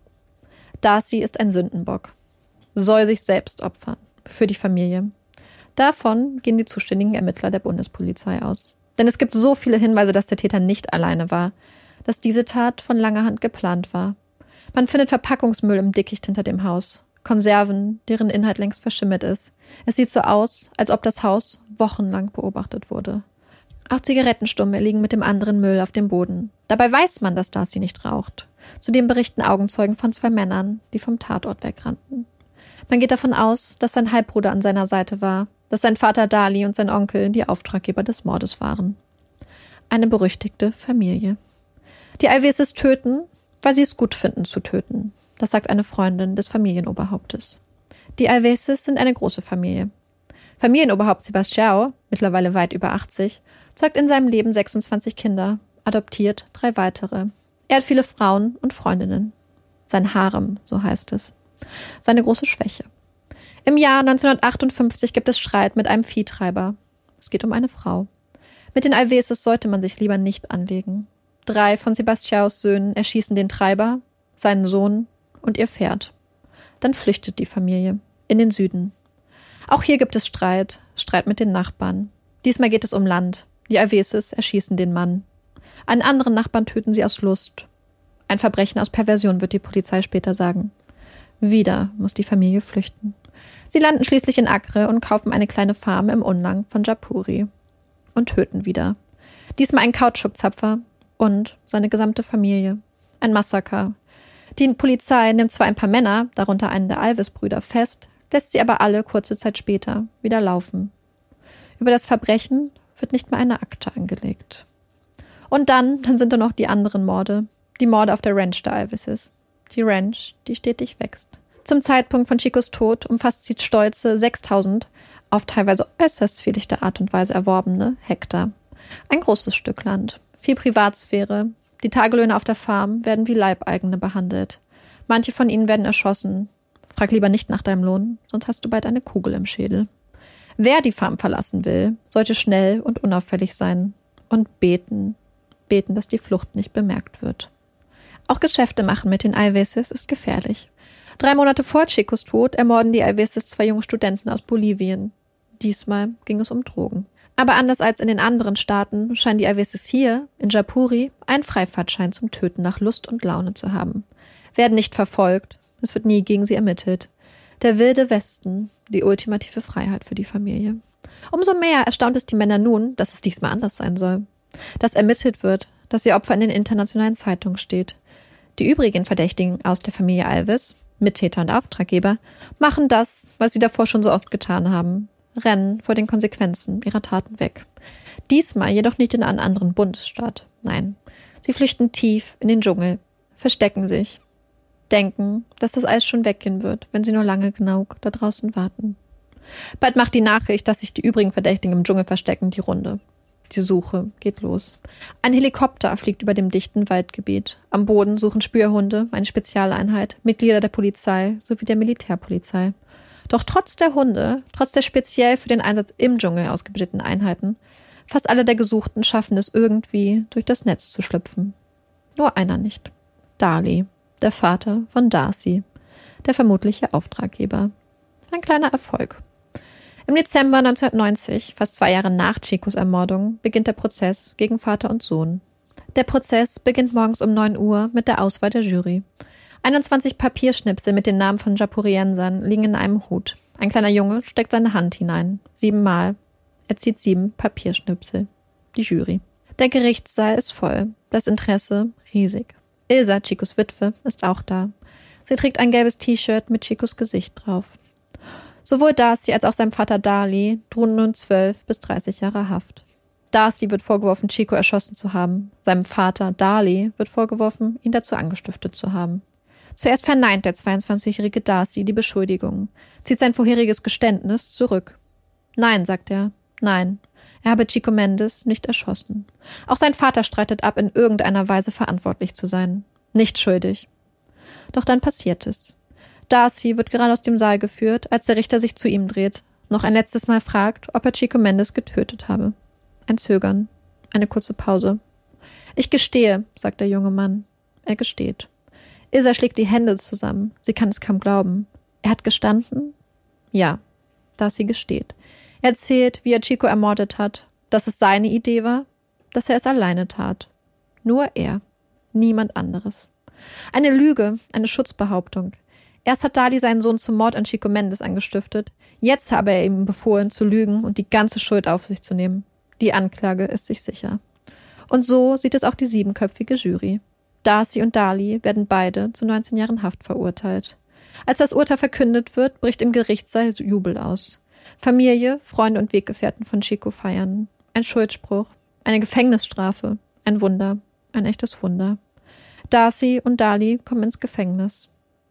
Darcy ist ein Sündenbock. Soll sich selbst opfern. Für die Familie. Davon gehen die zuständigen Ermittler der Bundespolizei aus. Denn es gibt so viele Hinweise, dass der Täter nicht alleine war. Dass diese Tat von langer Hand geplant war. Man findet Verpackungsmüll im Dickicht hinter dem Haus. Konserven, deren Inhalt längst verschimmert ist. Es sieht so aus, als ob das Haus wochenlang beobachtet wurde. Auch Zigarettenstummel liegen mit dem anderen Müll auf dem Boden. Dabei weiß man, dass Darcy nicht raucht. Zudem berichten Augenzeugen von 2 Männern, die vom Tatort wegrannten. Man geht davon aus, dass sein Halbbruder an seiner Seite war, dass sein Vater Dali und sein Onkel die Auftraggeber des Mordes waren. Eine berüchtigte Familie. Die Alveses töten, weil sie es gut finden zu töten. Das sagt eine Freundin des Familienoberhauptes. Die Alveses sind eine große Familie. Familienoberhaupt Sebastião, mittlerweile weit über 80, zeugt in seinem Leben 26 Kinder, adoptiert 3 weitere. Er hat viele Frauen und Freundinnen. Sein Harem, so heißt es. Seine große Schwäche. Im Jahr 1958 gibt es Streit mit einem Viehtreiber. Es geht um eine Frau. Mit den Alveses sollte man sich lieber nicht anlegen. 3 von Sebastiãos Söhnen erschießen den Treiber, seinen Sohn und ihr Pferd. Dann flüchtet die Familie in den Süden. Auch hier gibt es Streit mit den Nachbarn. Diesmal geht es um Land. Die Alveses erschießen den Mann. Einen anderen Nachbarn töten sie aus Lust. Ein Verbrechen aus Perversion, wird die Polizei später sagen. Wieder muss die Familie flüchten. Sie landen schließlich in Acre und kaufen eine kleine Farm im Umland von Japuri. Und töten wieder. Diesmal ein Kautschukzapfer und seine gesamte Familie. Ein Massaker. Die Polizei nimmt zwar ein paar Männer, darunter einen der Alves-Brüder, fest, lässt sie aber alle kurze Zeit später wieder laufen. Über das Verbrechen wird nicht mehr eine Akte angelegt. Und dann sind da noch die anderen Morde. Die Morde auf der Ranch der Alvises. Die Ranch, die stetig wächst. Zum Zeitpunkt von Chicos Tod umfasst sie stolze 6.000 auf teilweise äußerst zwielichte Art und Weise erworbene Hektar. Ein großes Stück Land, viel Privatsphäre. Die Tagelöhner auf der Farm werden wie Leibeigene behandelt. Manche von ihnen werden erschossen. Frag lieber nicht nach deinem Lohn, sonst hast du bald eine Kugel im Schädel. Wer die Farm verlassen will, sollte schnell und unauffällig sein und beten, dass die Flucht nicht bemerkt wird. Auch Geschäfte machen mit den Alveses ist gefährlich. 3 Monate vor Chicos Tod ermorden die Alveses 2 junge Studenten aus Bolivien. Diesmal ging es um Drogen. Aber anders als in den anderen Staaten scheinen die Alveses hier, in Japuri, einen Freifahrtschein zum Töten nach Lust und Laune zu haben. Werden nicht verfolgt, es wird nie gegen sie ermittelt. Der wilde Westen, die ultimative Freiheit für die Familie. Umso mehr erstaunt es die Männer nun, dass es diesmal anders sein soll. Dass ermittelt wird, dass ihr Opfer in den internationalen Zeitungen steht. Die übrigen Verdächtigen aus der Familie Alves, Mittäter und Auftraggeber, machen das, was sie davor schon so oft getan haben. Rennen vor den Konsequenzen ihrer Taten weg. Diesmal jedoch nicht in einen anderen Bundesstaat. Nein, sie flüchten tief in den Dschungel, verstecken sich, denken, dass das Eis schon weggehen wird, wenn sie nur lange genug da draußen warten. Bald macht die Nachricht, dass sich die übrigen Verdächtigen im Dschungel verstecken, die Runde. Die Suche geht los. Ein Helikopter fliegt über dem dichten Waldgebiet. Am Boden suchen Spürhunde, eine Spezialeinheit, Mitglieder der Polizei sowie der Militärpolizei. Doch trotz der Hunde, trotz der speziell für den Einsatz im Dschungel ausgebildeten Einheiten, fast alle der Gesuchten schaffen es irgendwie, durch das Netz zu schlüpfen. Nur einer nicht. Dali, der Vater von Darcy, der vermutliche Auftraggeber. Ein kleiner Erfolg. Im Dezember 1990, fast 2 Jahre nach Chicos Ermordung, beginnt der Prozess gegen Vater und Sohn. Der Prozess beginnt morgens um 9 Uhr mit der Auswahl der Jury. 21 Papierschnipsel mit den Namen von Japuriensern liegen in einem Hut. Ein kleiner Junge steckt seine Hand hinein. 7 Mal. Er zieht 7 Papierschnipsel. Die Jury. Der Gerichtssaal ist voll. Das Interesse riesig. Ilsa, Chicos Witwe, ist auch da. Sie trägt ein gelbes T-Shirt mit Chicos Gesicht drauf. Sowohl Darcy als auch sein Vater Dali drohen nun 12 bis 30 Jahre Haft. Darcy wird vorgeworfen, Chico erschossen zu haben. Seinem Vater Dali wird vorgeworfen, ihn dazu angestiftet zu haben. Zuerst verneint der 22-jährige Darcy die Beschuldigung, zieht sein vorheriges Geständnis zurück. Nein, sagt er, nein, er habe Chico Mendes nicht erschossen. Auch sein Vater streitet ab, in irgendeiner Weise verantwortlich zu sein. Nicht schuldig. Doch dann passiert es. Darcy wird gerade aus dem Saal geführt, als der Richter sich zu ihm dreht, noch ein letztes Mal fragt, ob er Chico Mendes getötet habe. Ein Zögern, eine kurze Pause. Ich gestehe, sagt der junge Mann. Er gesteht. Ilsa schlägt die Hände zusammen. Sie kann es kaum glauben. Er hat gestanden? Ja, Darcy gesteht. Er erzählt, wie er Chico ermordet hat, dass es seine Idee war, dass er es alleine tat. Nur er, niemand anderes. Eine Lüge, eine Schutzbehauptung. Erst hat Dali seinen Sohn zum Mord an Chico Mendes angestiftet. Jetzt habe er ihm befohlen, zu lügen und die ganze Schuld auf sich zu nehmen. Die Anklage ist sich sicher. Und so sieht es auch die 7-köpfige Jury. Darcy und Dali werden beide zu 19 Jahren Haft verurteilt. Als das Urteil verkündet wird, bricht im Gerichtssaal Jubel aus. Familie, Freunde und Weggefährten von Chico feiern. Ein Schuldspruch, eine Gefängnisstrafe, ein Wunder, ein echtes Wunder. Darcy und Dali kommen ins Gefängnis.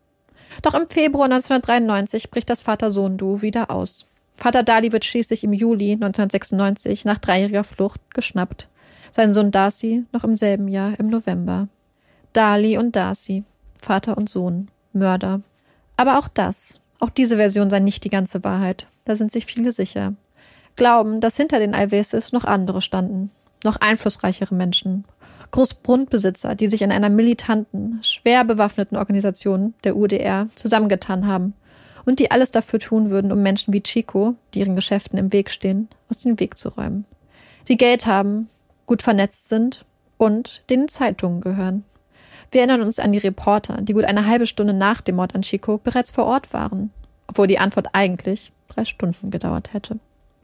Doch im Februar 1993 bricht das Vater-Sohn-Duo wieder aus. Vater Dali wird schließlich im Juli 1996 nach 3-jähriger Flucht geschnappt. Sein Sohn Darcy noch im selben Jahr im November. Dali und Darcy, Vater und Sohn, Mörder. Aber auch diese Version sei nicht die ganze Wahrheit. Da sind sich viele sicher. Glauben, dass hinter den Alveses noch andere standen. Noch einflussreichere Menschen. Großgrundbesitzer, die sich in einer militanten, schwer bewaffneten Organisation, der UdR, zusammengetan haben und die alles dafür tun würden, um Menschen wie Chico, die ihren Geschäften im Weg stehen, aus dem Weg zu räumen. Die Geld haben, gut vernetzt sind und denen Zeitungen gehören. Wir erinnern uns an die Reporter, die gut eine halbe Stunde nach dem Mord an Chico bereits vor Ort waren, obwohl die Antwort eigentlich 3 Stunden gedauert hätte.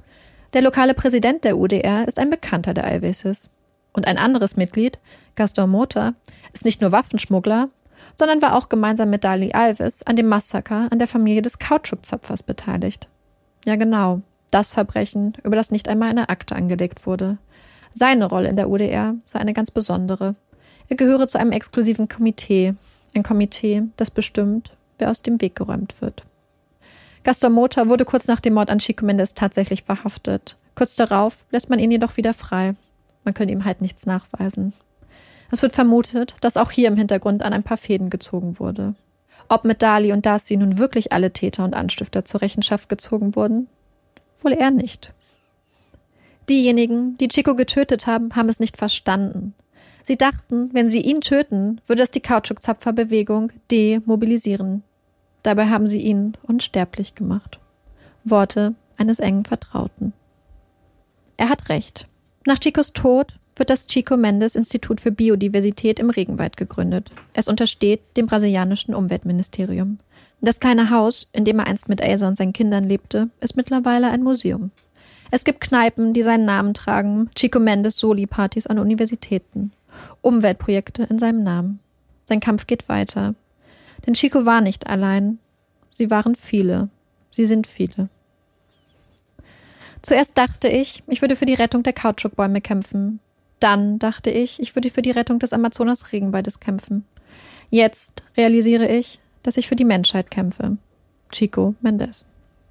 Der lokale Präsident der UdR ist ein Bekannter der Alveses. Und ein anderes Mitglied, Gaston Mota, ist nicht nur Waffenschmuggler, sondern war auch gemeinsam mit Dali Alves an dem Massaker an der Familie des Kautschukzapfers beteiligt. Ja genau, Das Verbrechen, über das nicht einmal eine Akte angelegt wurde. Seine Rolle in der UdR sei eine ganz besondere. Er gehöre zu einem exklusiven Komitee. Ein Komitee, das bestimmt, wer aus dem Weg geräumt wird. Gaston Mota wurde kurz nach dem Mord an Chico Mendes tatsächlich verhaftet. Kurz darauf lässt man ihn jedoch wieder frei. Man könne ihm halt nichts nachweisen. Es wird vermutet, dass auch hier im Hintergrund an ein paar Fäden gezogen wurde. Ob mit Dali und Darcy nun wirklich alle Täter und Anstifter zur Rechenschaft gezogen wurden? Wohl eher nicht. Diejenigen, die Chico getötet haben, haben es nicht verstanden. Sie dachten, wenn sie ihn töten, würde es die Kautschukzapferbewegung demobilisieren. Dabei haben sie ihn unsterblich gemacht. Worte eines engen Vertrauten. Er hat recht. Nach Chicos Tod wird das Chico Mendes Institut für Biodiversität im Regenwald gegründet. Es untersteht dem brasilianischen Umweltministerium. Das kleine Haus, in dem er einst mit Elsa und seinen Kindern lebte, ist mittlerweile ein Museum. Es gibt Kneipen, die seinen Namen tragen, Chico Mendes Soli-Partys an Universitäten, Umweltprojekte in seinem Namen. Sein Kampf geht weiter. Denn Chico war nicht allein. Sie waren viele. Sie sind viele. Zuerst dachte ich würde für die Rettung der Kautschukbäume kämpfen. Dann dachte ich würde für die Rettung des Amazonas-Regenwaldes kämpfen. Jetzt realisiere ich, dass ich für die Menschheit kämpfe. Chico Mendes.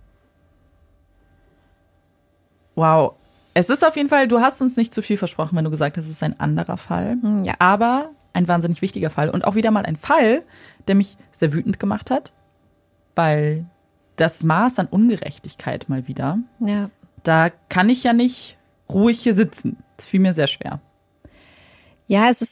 Wow. Es ist auf jeden Fall, du hast uns nicht zu viel versprochen, wenn du gesagt hast, es ist ein anderer Fall. Ja. Aber ein wahnsinnig wichtiger Fall. Und auch wieder mal ein Fall, der mich sehr wütend gemacht hat. Weil das Maß an Ungerechtigkeit mal wieder, Ja. da kann ich ja nicht ruhig hier sitzen. Das fiel mir sehr schwer. Ja, es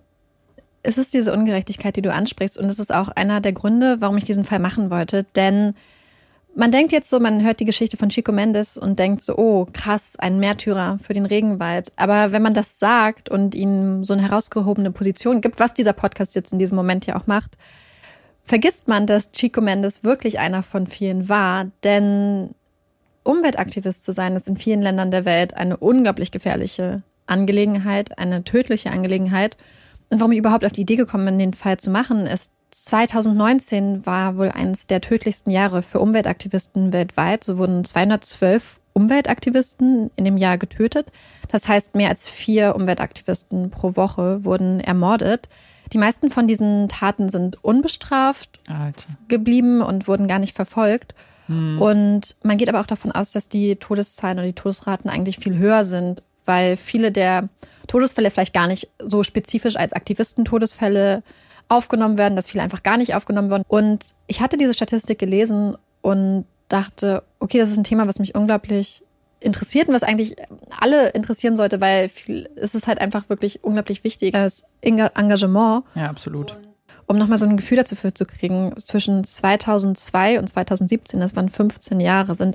ist diese Ungerechtigkeit, die du ansprichst. Und es ist auch einer der Gründe, warum ich diesen Fall machen wollte. Denn man denkt jetzt so, man hört die Geschichte von Chico Mendes und denkt so, oh krass, ein Märtyrer für den Regenwald. Aber wenn man das sagt und ihm so eine herausgehobene Position gibt, was dieser Podcast jetzt in diesem Moment ja auch macht, vergisst man, dass Chico Mendes wirklich einer von vielen war. Denn Umweltaktivist zu sein, ist in vielen Ländern der Welt eine unglaublich gefährliche Angelegenheit, eine tödliche Angelegenheit. Und warum ich überhaupt auf die Idee gekommen bin, den Fall zu machen, ist, 2019 war wohl eines der tödlichsten Jahre für Umweltaktivisten weltweit. So wurden 212 Umweltaktivisten in dem Jahr getötet. Das heißt, mehr als 4 Umweltaktivisten pro Woche wurden ermordet. Die meisten von diesen Taten sind unbestraft geblieben und wurden gar nicht verfolgt. Und man geht aber auch davon aus, dass die Todeszahlen oder die Todesraten eigentlich viel höher sind, weil viele der Todesfälle vielleicht gar nicht so spezifisch als Aktivisten-Todesfälle aufgenommen werden, dass viele einfach gar nicht aufgenommen werden. Und ich hatte diese Statistik gelesen und dachte, okay, das ist ein Thema, was mich unglaublich interessiert und was eigentlich alle interessieren sollte, weil es ist halt einfach wirklich unglaublich wichtig, das Engagement. Ja, absolut. Um nochmal so ein Gefühl dafür zu kriegen, zwischen 2002 und 2017, das waren 15 Jahre, sind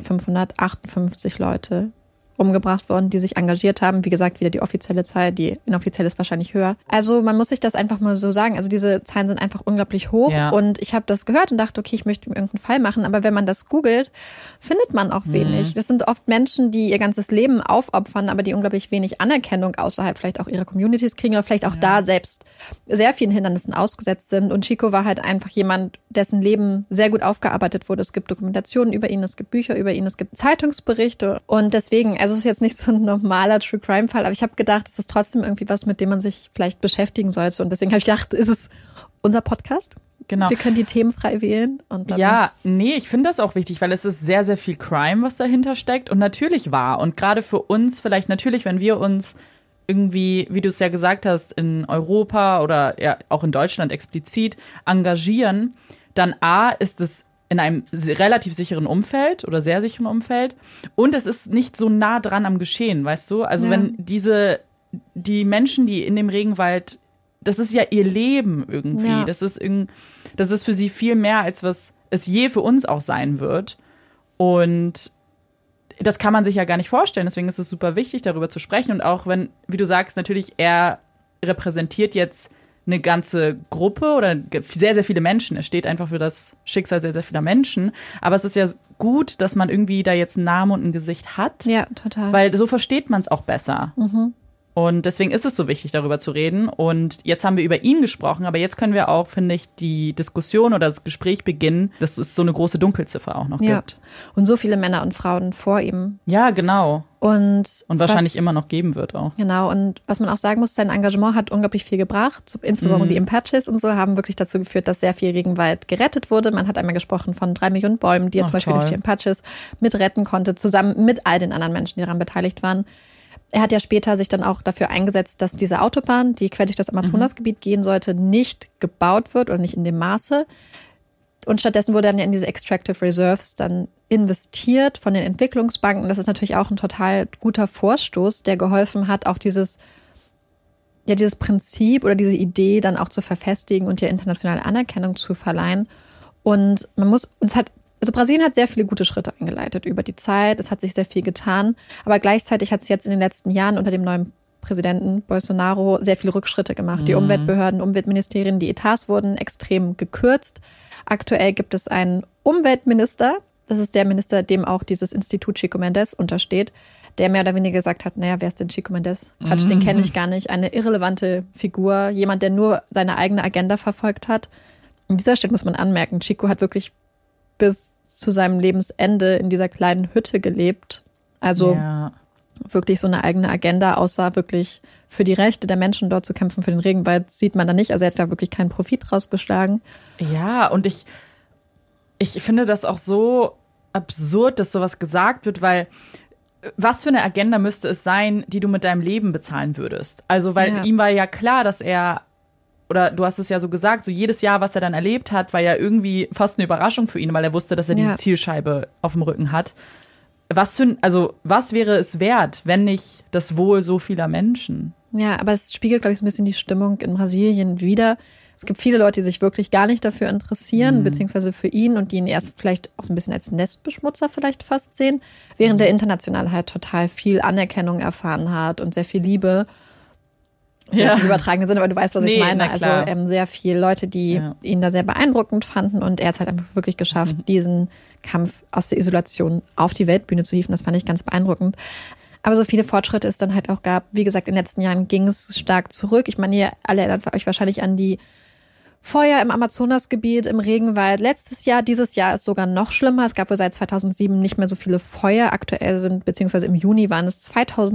1558 Leute umgebracht worden, die sich engagiert haben. Wie gesagt, wieder die offizielle Zahl, die inoffizielle ist wahrscheinlich höher. Also man muss sich das einfach mal so sagen. Also diese Zahlen sind einfach unglaublich hoch. Ja. Und ich habe das gehört und dachte, okay, ich möchte irgendeinen Fall machen. Aber wenn man das googelt, findet man auch wenig. Das sind oft Menschen, die ihr ganzes Leben aufopfern, aber die unglaublich wenig Anerkennung außerhalb vielleicht auch ihrer Communities kriegen oder vielleicht auch da selbst sehr vielen Hindernissen ausgesetzt sind. Und Chico war halt einfach jemand, dessen Leben sehr gut aufgearbeitet wurde. Es gibt Dokumentationen über ihn, es gibt Bücher über ihn, es gibt Zeitungsberichte. Und deswegen, also es ist jetzt nicht so ein normaler True-Crime-Fall, aber ich habe gedacht, es ist trotzdem irgendwie was, mit dem man sich vielleicht beschäftigen sollte. Und deswegen habe ich gedacht, ist es unser Podcast? Genau. Wir können die Themen frei wählen. Und dann ich finde das auch wichtig, weil es ist sehr, sehr viel Crime, was dahinter steckt und natürlich wahr. Und gerade für uns vielleicht natürlich, wenn wir uns irgendwie, wie du es ja gesagt hast, in Europa oder ja auch in Deutschland explizit engagieren, dann ist es in einem relativ sicheren Umfeld oder sehr sicheren Umfeld. Und es ist nicht so nah dran am Geschehen, weißt du? Also wenn die Menschen, die in dem Regenwald, das ist ja ihr Leben irgendwie. Ja. Das ist für sie viel mehr, als was es je für uns auch sein wird. Und das kann man sich ja gar nicht vorstellen. Deswegen ist es super wichtig, darüber zu sprechen. Und auch wenn, wie du sagst, natürlich er repräsentiert jetzt eine ganze Gruppe oder sehr, sehr viele Menschen. Er steht einfach für das Schicksal sehr, sehr vieler Menschen. Aber es ist ja gut, dass man irgendwie da jetzt einen Namen und ein Gesicht hat. Ja, total. Weil so versteht man es auch besser. Und deswegen ist es so wichtig, darüber zu reden. Und jetzt haben wir über ihn gesprochen, aber jetzt können wir auch, finde ich, die Diskussion oder das Gespräch beginnen, dass es so eine große Dunkelziffer auch noch gibt. Und so viele Männer und Frauen vor ihm. Ja, genau. Und wahrscheinlich immer noch geben wird auch. Genau, und was man auch sagen muss, sein Engagement hat unglaublich viel gebracht. Insbesondere die Impaches und so haben wirklich dazu geführt, dass sehr viel Regenwald gerettet wurde. Man hat einmal gesprochen von 3 Millionen Bäumen, die er zum Beispiel durch die Impaches mit retten konnte, zusammen mit all den anderen Menschen, die daran beteiligt waren. Er hat ja später sich dann auch dafür eingesetzt, dass diese Autobahn, die quer durch das Amazonasgebiet gehen sollte, nicht gebaut wird oder nicht in dem Maße. Und stattdessen wurde dann ja in diese Extractive Reserves dann investiert von den Entwicklungsbanken. Das ist natürlich auch ein total guter Vorstoß, der geholfen hat, auch dieses Prinzip oder diese Idee dann auch zu verfestigen und ihr internationale Anerkennung zu verleihen. Und Brasilien hat sehr viele gute Schritte eingeleitet über die Zeit. Es hat sich sehr viel getan. Aber gleichzeitig hat es jetzt in den letzten Jahren unter dem neuen Präsidenten Bolsonaro sehr viele Rückschritte gemacht. Die Umweltbehörden, Umweltministerien, die Etats wurden extrem gekürzt. Aktuell gibt es einen Umweltminister. Das ist der Minister, dem auch dieses Institut Chico Mendes untersteht, der mehr oder weniger gesagt hat, naja, wer ist denn Chico Mendes? Quatsch, den kenne ich gar nicht. Eine irrelevante Figur, jemand, der nur seine eigene Agenda verfolgt hat. An dieser Stelle muss man anmerken, Chico hat wirklich bis zu seinem Lebensende in dieser kleinen Hütte gelebt. Also wirklich so eine eigene Agenda, außer wirklich für die Rechte der Menschen dort zu kämpfen, für den Regenwald, sieht man da nicht. Also er hat da wirklich keinen Profit rausgeschlagen. Ja, und ich finde das auch so absurd, dass sowas gesagt wird, weil was für eine Agenda müsste es sein, die du mit deinem Leben bezahlen würdest? Also, weil ihm war ja klar, dass er, oder du hast es ja so gesagt, so jedes Jahr, was er dann erlebt hat, war ja irgendwie fast eine Überraschung für ihn, weil er wusste, dass er diese Zielscheibe auf dem Rücken hat. Was wäre es wert, wenn nicht das Wohl so vieler Menschen? Ja, aber es spiegelt, glaube ich, so ein bisschen die Stimmung in Brasilien wider. Es gibt viele Leute, die sich wirklich gar nicht dafür interessieren, beziehungsweise für ihn und die ihn erst vielleicht auch so ein bisschen als Nestbeschmutzer vielleicht fast sehen, während der international halt total viel Anerkennung erfahren hat und sehr viel Liebe. Das ist jetzt im übertragenen Sinne, aber du weißt, was ich meine. Also sehr viele Leute, die ihn da sehr beeindruckend fanden und er hat es halt einfach wirklich geschafft, diesen Kampf aus der Isolation auf die Weltbühne zu hieven. Das fand ich ganz beeindruckend. Aber so viele Fortschritte es dann halt auch gab. Wie gesagt, in den letzten Jahren ging es stark zurück. Ich meine, ihr alle erinnert euch wahrscheinlich an die Feuer im Amazonasgebiet, im Regenwald. Dieses Jahr ist sogar noch schlimmer. Es gab wohl seit 2007 nicht mehr so viele Feuer. Aktuell beziehungsweise im Juni waren es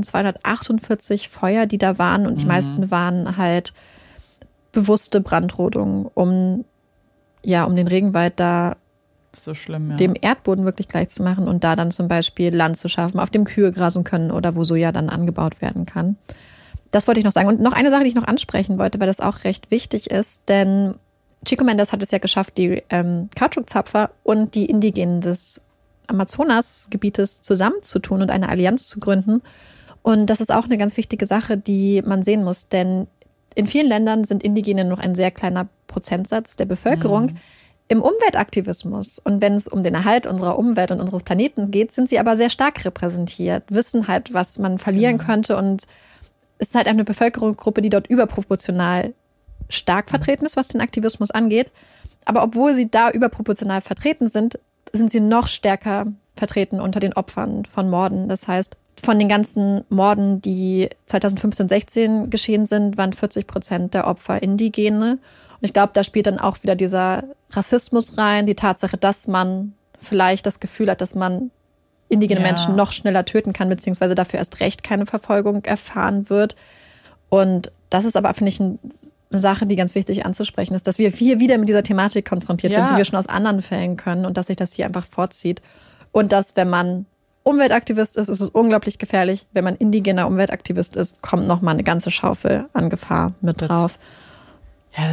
2248 Feuer, die da waren. Und die meisten waren halt bewusste Brandrodungen, um den Regenwald da so schlimm, dem Erdboden wirklich gleich zu machen und da dann zum Beispiel Land zu schaffen, auf dem Kühe grasen können oder wo Soja dann angebaut werden kann. Das wollte ich noch sagen. Und noch eine Sache, die ich noch ansprechen wollte, weil das auch recht wichtig ist, denn Chico Mendes hat es ja geschafft, die Kautschukzapfer und die Indigenen des Amazonasgebietes zusammenzutun und eine Allianz zu gründen. Und das ist auch eine ganz wichtige Sache, die man sehen muss, denn in vielen Ländern sind Indigene noch ein sehr kleiner Prozentsatz der Bevölkerung. Im Umweltaktivismus und wenn es um den Erhalt unserer Umwelt und unseres Planeten geht, sind sie aber sehr stark repräsentiert, wissen halt, was man verlieren könnte und es ist halt eine Bevölkerungsgruppe, die dort überproportional stark vertreten ist, was den Aktivismus angeht. Aber obwohl sie da überproportional vertreten sind, sind sie noch stärker vertreten unter den Opfern von Morden. Das heißt, von den ganzen Morden, die 2015 und 2016 geschehen sind, waren 40% der Opfer Indigene. Und ich glaube, da spielt dann auch wieder dieser Rassismus rein, die Tatsache, dass man vielleicht das Gefühl hat, dass man indigene Menschen noch schneller töten kann, beziehungsweise dafür erst recht keine Verfolgung erfahren wird. Und das ist aber, finde ich, eine Sache, die ganz wichtig anzusprechen ist, dass wir hier wieder mit dieser Thematik konfrontiert sind, die wir schon aus anderen Fällen können und dass sich das hier einfach vorzieht. Und dass, wenn man Umweltaktivist ist, ist es unglaublich gefährlich. Wenn man indigener Umweltaktivist ist, kommt noch mal eine ganze Schaufel an Gefahr mit drauf. Ja,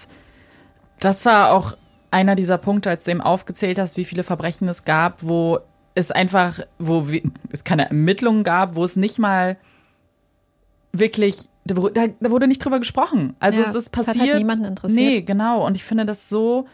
das war auch einer dieser Punkte, als du eben aufgezählt hast, wie viele Verbrechen es gab, wo es keine Ermittlungen gab, wo es nicht mal wirklich, da wurde nicht drüber gesprochen. Also es ist passiert. Das hat halt niemanden interessiert. Nee, genau. Und ich finde das so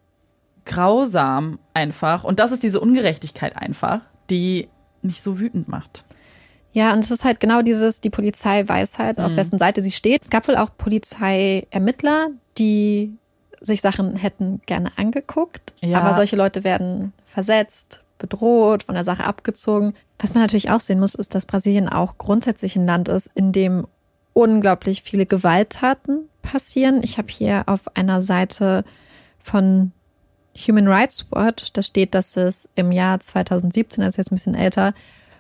grausam einfach. Und das ist diese Ungerechtigkeit einfach, die mich so wütend macht. Ja, und es ist halt genau die Polizei weiß halt, auf wessen Seite sie steht. Es gab wohl auch Polizeiermittler, die sich Sachen hätten gerne angeguckt. Ja. Aber solche Leute werden versetzt, bedroht, von der Sache abgezogen. Was man natürlich auch sehen muss, ist, dass Brasilien auch grundsätzlich ein Land ist, in dem unglaublich viele Gewalttaten passieren. Ich habe hier auf einer Seite von Human Rights Watch, da steht, dass es im Jahr 2017, das ist jetzt ein bisschen älter,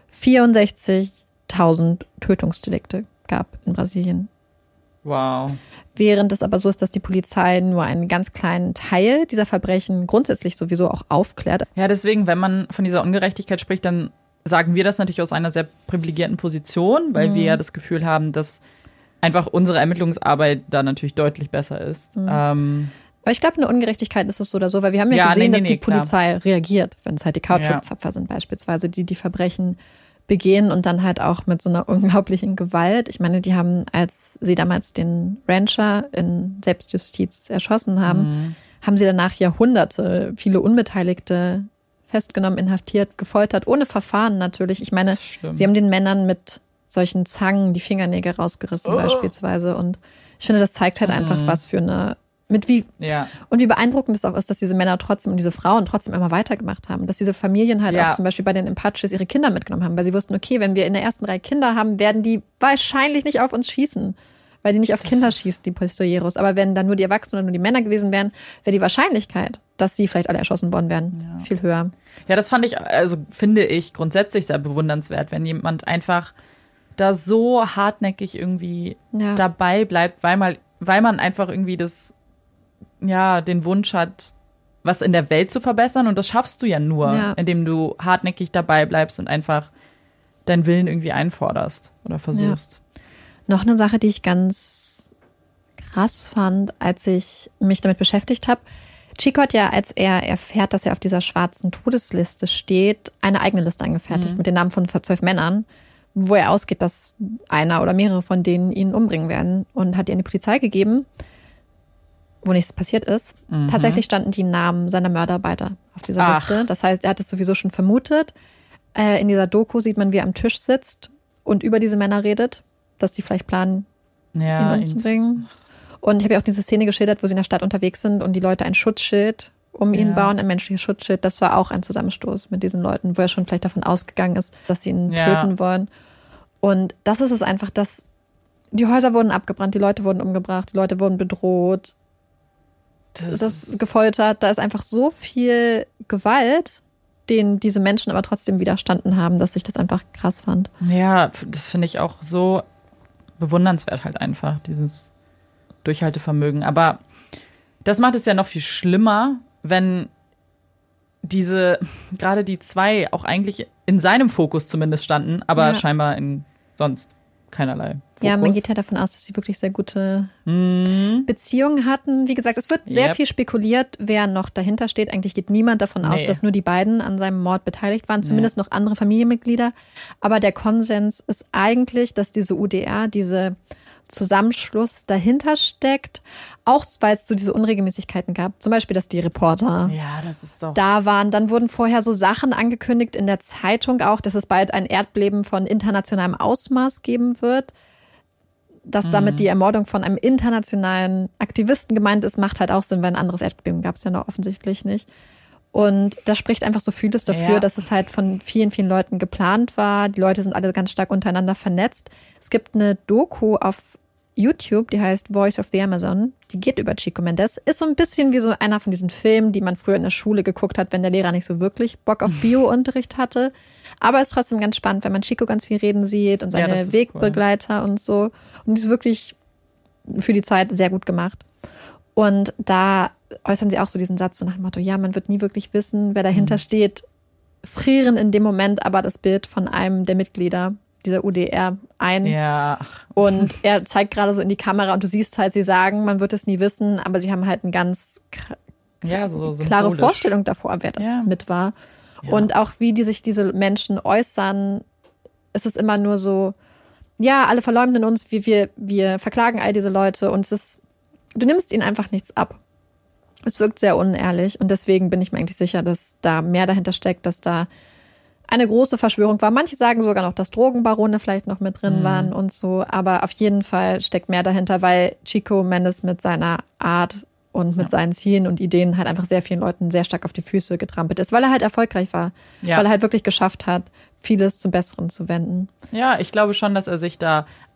64.000 Tötungsdelikte gab in Brasilien. Wow. Während es aber so ist, dass die Polizei nur einen ganz kleinen Teil dieser Verbrechen grundsätzlich sowieso auch aufklärt. Ja, deswegen, wenn man von dieser Ungerechtigkeit spricht, dann sagen wir das natürlich aus einer sehr privilegierten Position, weil wir ja das Gefühl haben, dass einfach unsere Ermittlungsarbeit da natürlich deutlich besser ist. Aber ich glaube, eine Ungerechtigkeit ist es so oder so, weil wir haben ja gesehen, dass die Polizei reagiert, wenn es halt die Kautschukzapfer sind beispielsweise, die Verbrechen begehen und dann halt auch mit so einer unglaublichen Gewalt. Ich meine, die haben, als sie damals den Rancher in Selbstjustiz erschossen haben, haben sie danach Jahrhunderte, viele Unbeteiligte festgenommen, inhaftiert, gefoltert, ohne Verfahren natürlich. Ich meine, sie haben den Männern mit solchen Zangen die Fingernägel rausgerissen beispielsweise und ich finde, das zeigt halt einfach, was für eine und wie beeindruckend es auch ist, dass diese Männer trotzdem und diese Frauen trotzdem immer weitergemacht haben. Dass diese Familien halt auch zum Beispiel bei den Apaches ihre Kinder mitgenommen haben, weil sie wussten, okay, wenn wir in der ersten Reihe Kinder haben, werden die wahrscheinlich nicht auf uns schießen, weil die nicht auf Kinder schießen, die Pistoleros. Aber wenn dann nur die Erwachsenen oder nur die Männer gewesen wären, wäre die Wahrscheinlichkeit, dass sie vielleicht alle erschossen worden wären, viel höher. Ja, das finde ich grundsätzlich sehr bewundernswert, wenn jemand einfach da so hartnäckig irgendwie dabei bleibt, weil man einfach irgendwie den Wunsch hat, was in der Welt zu verbessern. Und das schaffst du ja nur, indem du hartnäckig dabei bleibst und einfach deinen Willen irgendwie einforderst oder versuchst. Ja. Noch eine Sache, die ich ganz krass fand, als ich mich damit beschäftigt habe. Chico hat ja, als er erfährt, dass er auf dieser schwarzen Todesliste steht, eine eigene Liste angefertigt mit den Namen von 12 Männern, wo er ausgeht, dass einer oder mehrere von denen ihn umbringen werden, und hat die an die Polizei gegeben, wo nichts passiert ist. Tatsächlich standen die Namen seiner Mörder beide auf dieser Liste. Das heißt, er hat es sowieso schon vermutet. In dieser Doku sieht man, wie er am Tisch sitzt und über diese Männer redet, dass sie vielleicht planen, ihn umzubringen. Und ich habe ja auch diese Szene geschildert, wo sie in der Stadt unterwegs sind und die Leute ein Schutzschild um ihn bauen, ein menschliches Schutzschild. Das war auch ein Zusammenstoß mit diesen Leuten, wo er schon vielleicht davon ausgegangen ist, dass sie ihn töten wollen. Und das ist es einfach, dass die Häuser wurden abgebrannt, die Leute wurden umgebracht, die Leute wurden bedroht, das gefoltert. Da ist einfach so viel Gewalt, denen diese Menschen aber trotzdem widerstanden haben, dass ich das einfach krass fand. Ja, das finde ich auch so bewundernswert halt einfach, dieses Durchhaltevermögen. Aber das macht es ja noch viel schlimmer, wenn gerade die zwei auch eigentlich in seinem Fokus zumindest standen, aber scheinbar in sonst keinerlei Fokus. Ja, man geht ja davon aus, dass sie wirklich sehr gute Beziehungen hatten. Wie gesagt, es wird sehr viel spekuliert, wer noch dahinter steht. Eigentlich geht niemand davon aus, dass nur die beiden an seinem Mord beteiligt waren, zumindest noch andere Familienmitglieder. Aber der Konsens ist eigentlich, dass diese UDR, diese Zusammenschluss dahinter steckt, auch weil es so diese Unregelmäßigkeiten gab. Zum Beispiel, dass die Reporter da waren. Dann wurden vorher so Sachen angekündigt in der Zeitung auch, dass es bald ein Erdbeben von internationalem Ausmaß geben wird. Dass damit die Ermordung von einem internationalen Aktivisten gemeint ist, macht halt auch Sinn, weil ein anderes Erdbeben gab es ja noch offensichtlich nicht. Und das spricht einfach so vieles dafür, dass es halt von vielen, vielen Leuten geplant war. Die Leute sind alle ganz stark untereinander vernetzt. Es gibt eine Doku auf YouTube, die heißt Voice of the Amazon. Die geht über Chico Mendes. Ist so ein bisschen wie so einer von diesen Filmen, die man früher in der Schule geguckt hat, wenn der Lehrer nicht so wirklich Bock auf Bio-Unterricht hatte. Aber ist trotzdem ganz spannend, wenn man Chico ganz viel reden sieht und seine Wegbegleiter und so. Und die ist wirklich für die Zeit sehr gut gemacht. Und da äußern sie auch so diesen Satz so nach dem Motto, ja, man wird nie wirklich wissen, wer dahinter steht. Frieren in dem Moment aber das Bild von einem der Mitglieder dieser UDR ein. Ja. Und er zeigt gerade so in die Kamera und du siehst halt, sie sagen, man wird es nie wissen, aber sie haben halt eine ganz klare Vorstellung davor, wer das mit war. Ja. Und auch wie sich diese Menschen äußern, ist es immer nur so, ja, alle verleumden uns, wir verklagen all diese Leute und du nimmst ihnen einfach nichts ab. Es wirkt sehr unehrlich und deswegen bin ich mir eigentlich sicher, dass da mehr dahinter steckt, dass da eine große Verschwörung war. Manche sagen sogar noch, dass Drogenbarone vielleicht noch mit drin waren und so, aber auf jeden Fall steckt mehr dahinter, weil Chico Mendes mit seiner Art und mit seinen Zielen und Ideen halt einfach sehr vielen Leuten sehr stark auf die Füße getrampelt ist, weil er halt erfolgreich war, weil er halt wirklich geschafft hat, vieles zum Besseren zu wenden. Ja, ich glaube schon, dass er sich da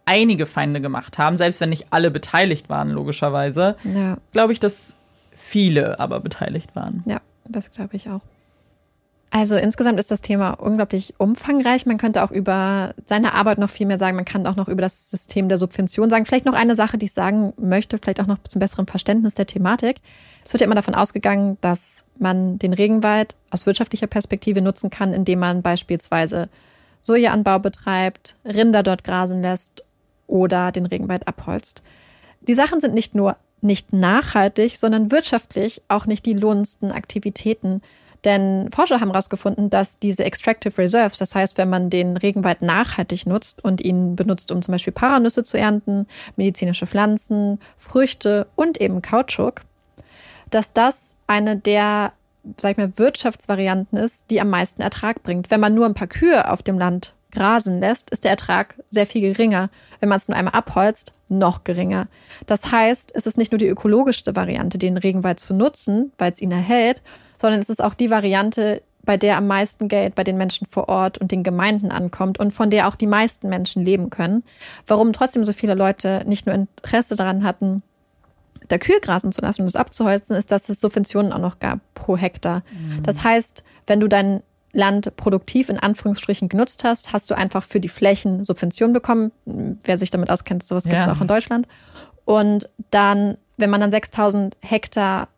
einige Feinde gemacht haben, selbst wenn nicht alle beteiligt waren, logischerweise, glaube ich, dass viele aber beteiligt waren. Ja, das glaube ich auch. Also insgesamt ist das Thema unglaublich umfangreich. Man könnte auch über seine Arbeit noch viel mehr sagen. Man kann auch noch über das System der Subvention sagen. Vielleicht noch eine Sache, die ich sagen möchte, vielleicht auch noch zum besseren Verständnis der Thematik. Es wird ja immer davon ausgegangen, dass man den Regenwald aus wirtschaftlicher Perspektive nutzen kann, indem man beispielsweise Sojaanbau betreibt, Rinder dort grasen lässt oder den Regenwald abholzt. Die Sachen sind nicht nur nicht nachhaltig, sondern wirtschaftlich auch nicht die lohnendsten Aktivitäten. Denn Forscher haben herausgefunden, dass diese Extractive Reserves, das heißt, wenn man den Regenwald nachhaltig nutzt und ihn benutzt, um zum Beispiel Paranüsse zu ernten, medizinische Pflanzen, Früchte und eben Kautschuk, dass das eine der, sag ich mal, Wirtschaftsvarianten ist, die am meisten Ertrag bringt. Wenn man nur ein paar Kühe auf dem Land grasen lässt, ist der Ertrag sehr viel geringer. Wenn man es nur einmal abholzt, noch geringer. Das heißt, es ist nicht nur die ökologischste Variante, den Regenwald zu nutzen, weil es ihn erhält, sondern es ist auch die Variante, bei der am meisten Geld bei den Menschen vor Ort und den Gemeinden ankommt und von der auch die meisten Menschen leben können. Warum trotzdem so viele Leute nicht nur Interesse daran hatten, da Kühe grasen zu lassen und es abzuholzen, ist, dass es Subventionen auch noch gab pro Hektar. Das heißt, wenn du dein Land produktiv in Anführungsstrichen genutzt hast, hast du einfach für die Flächen Subventionen bekommen. Wer sich damit auskennt, sowas gibt es auch in Deutschland. Und dann, wenn man dann 6.000 Hektar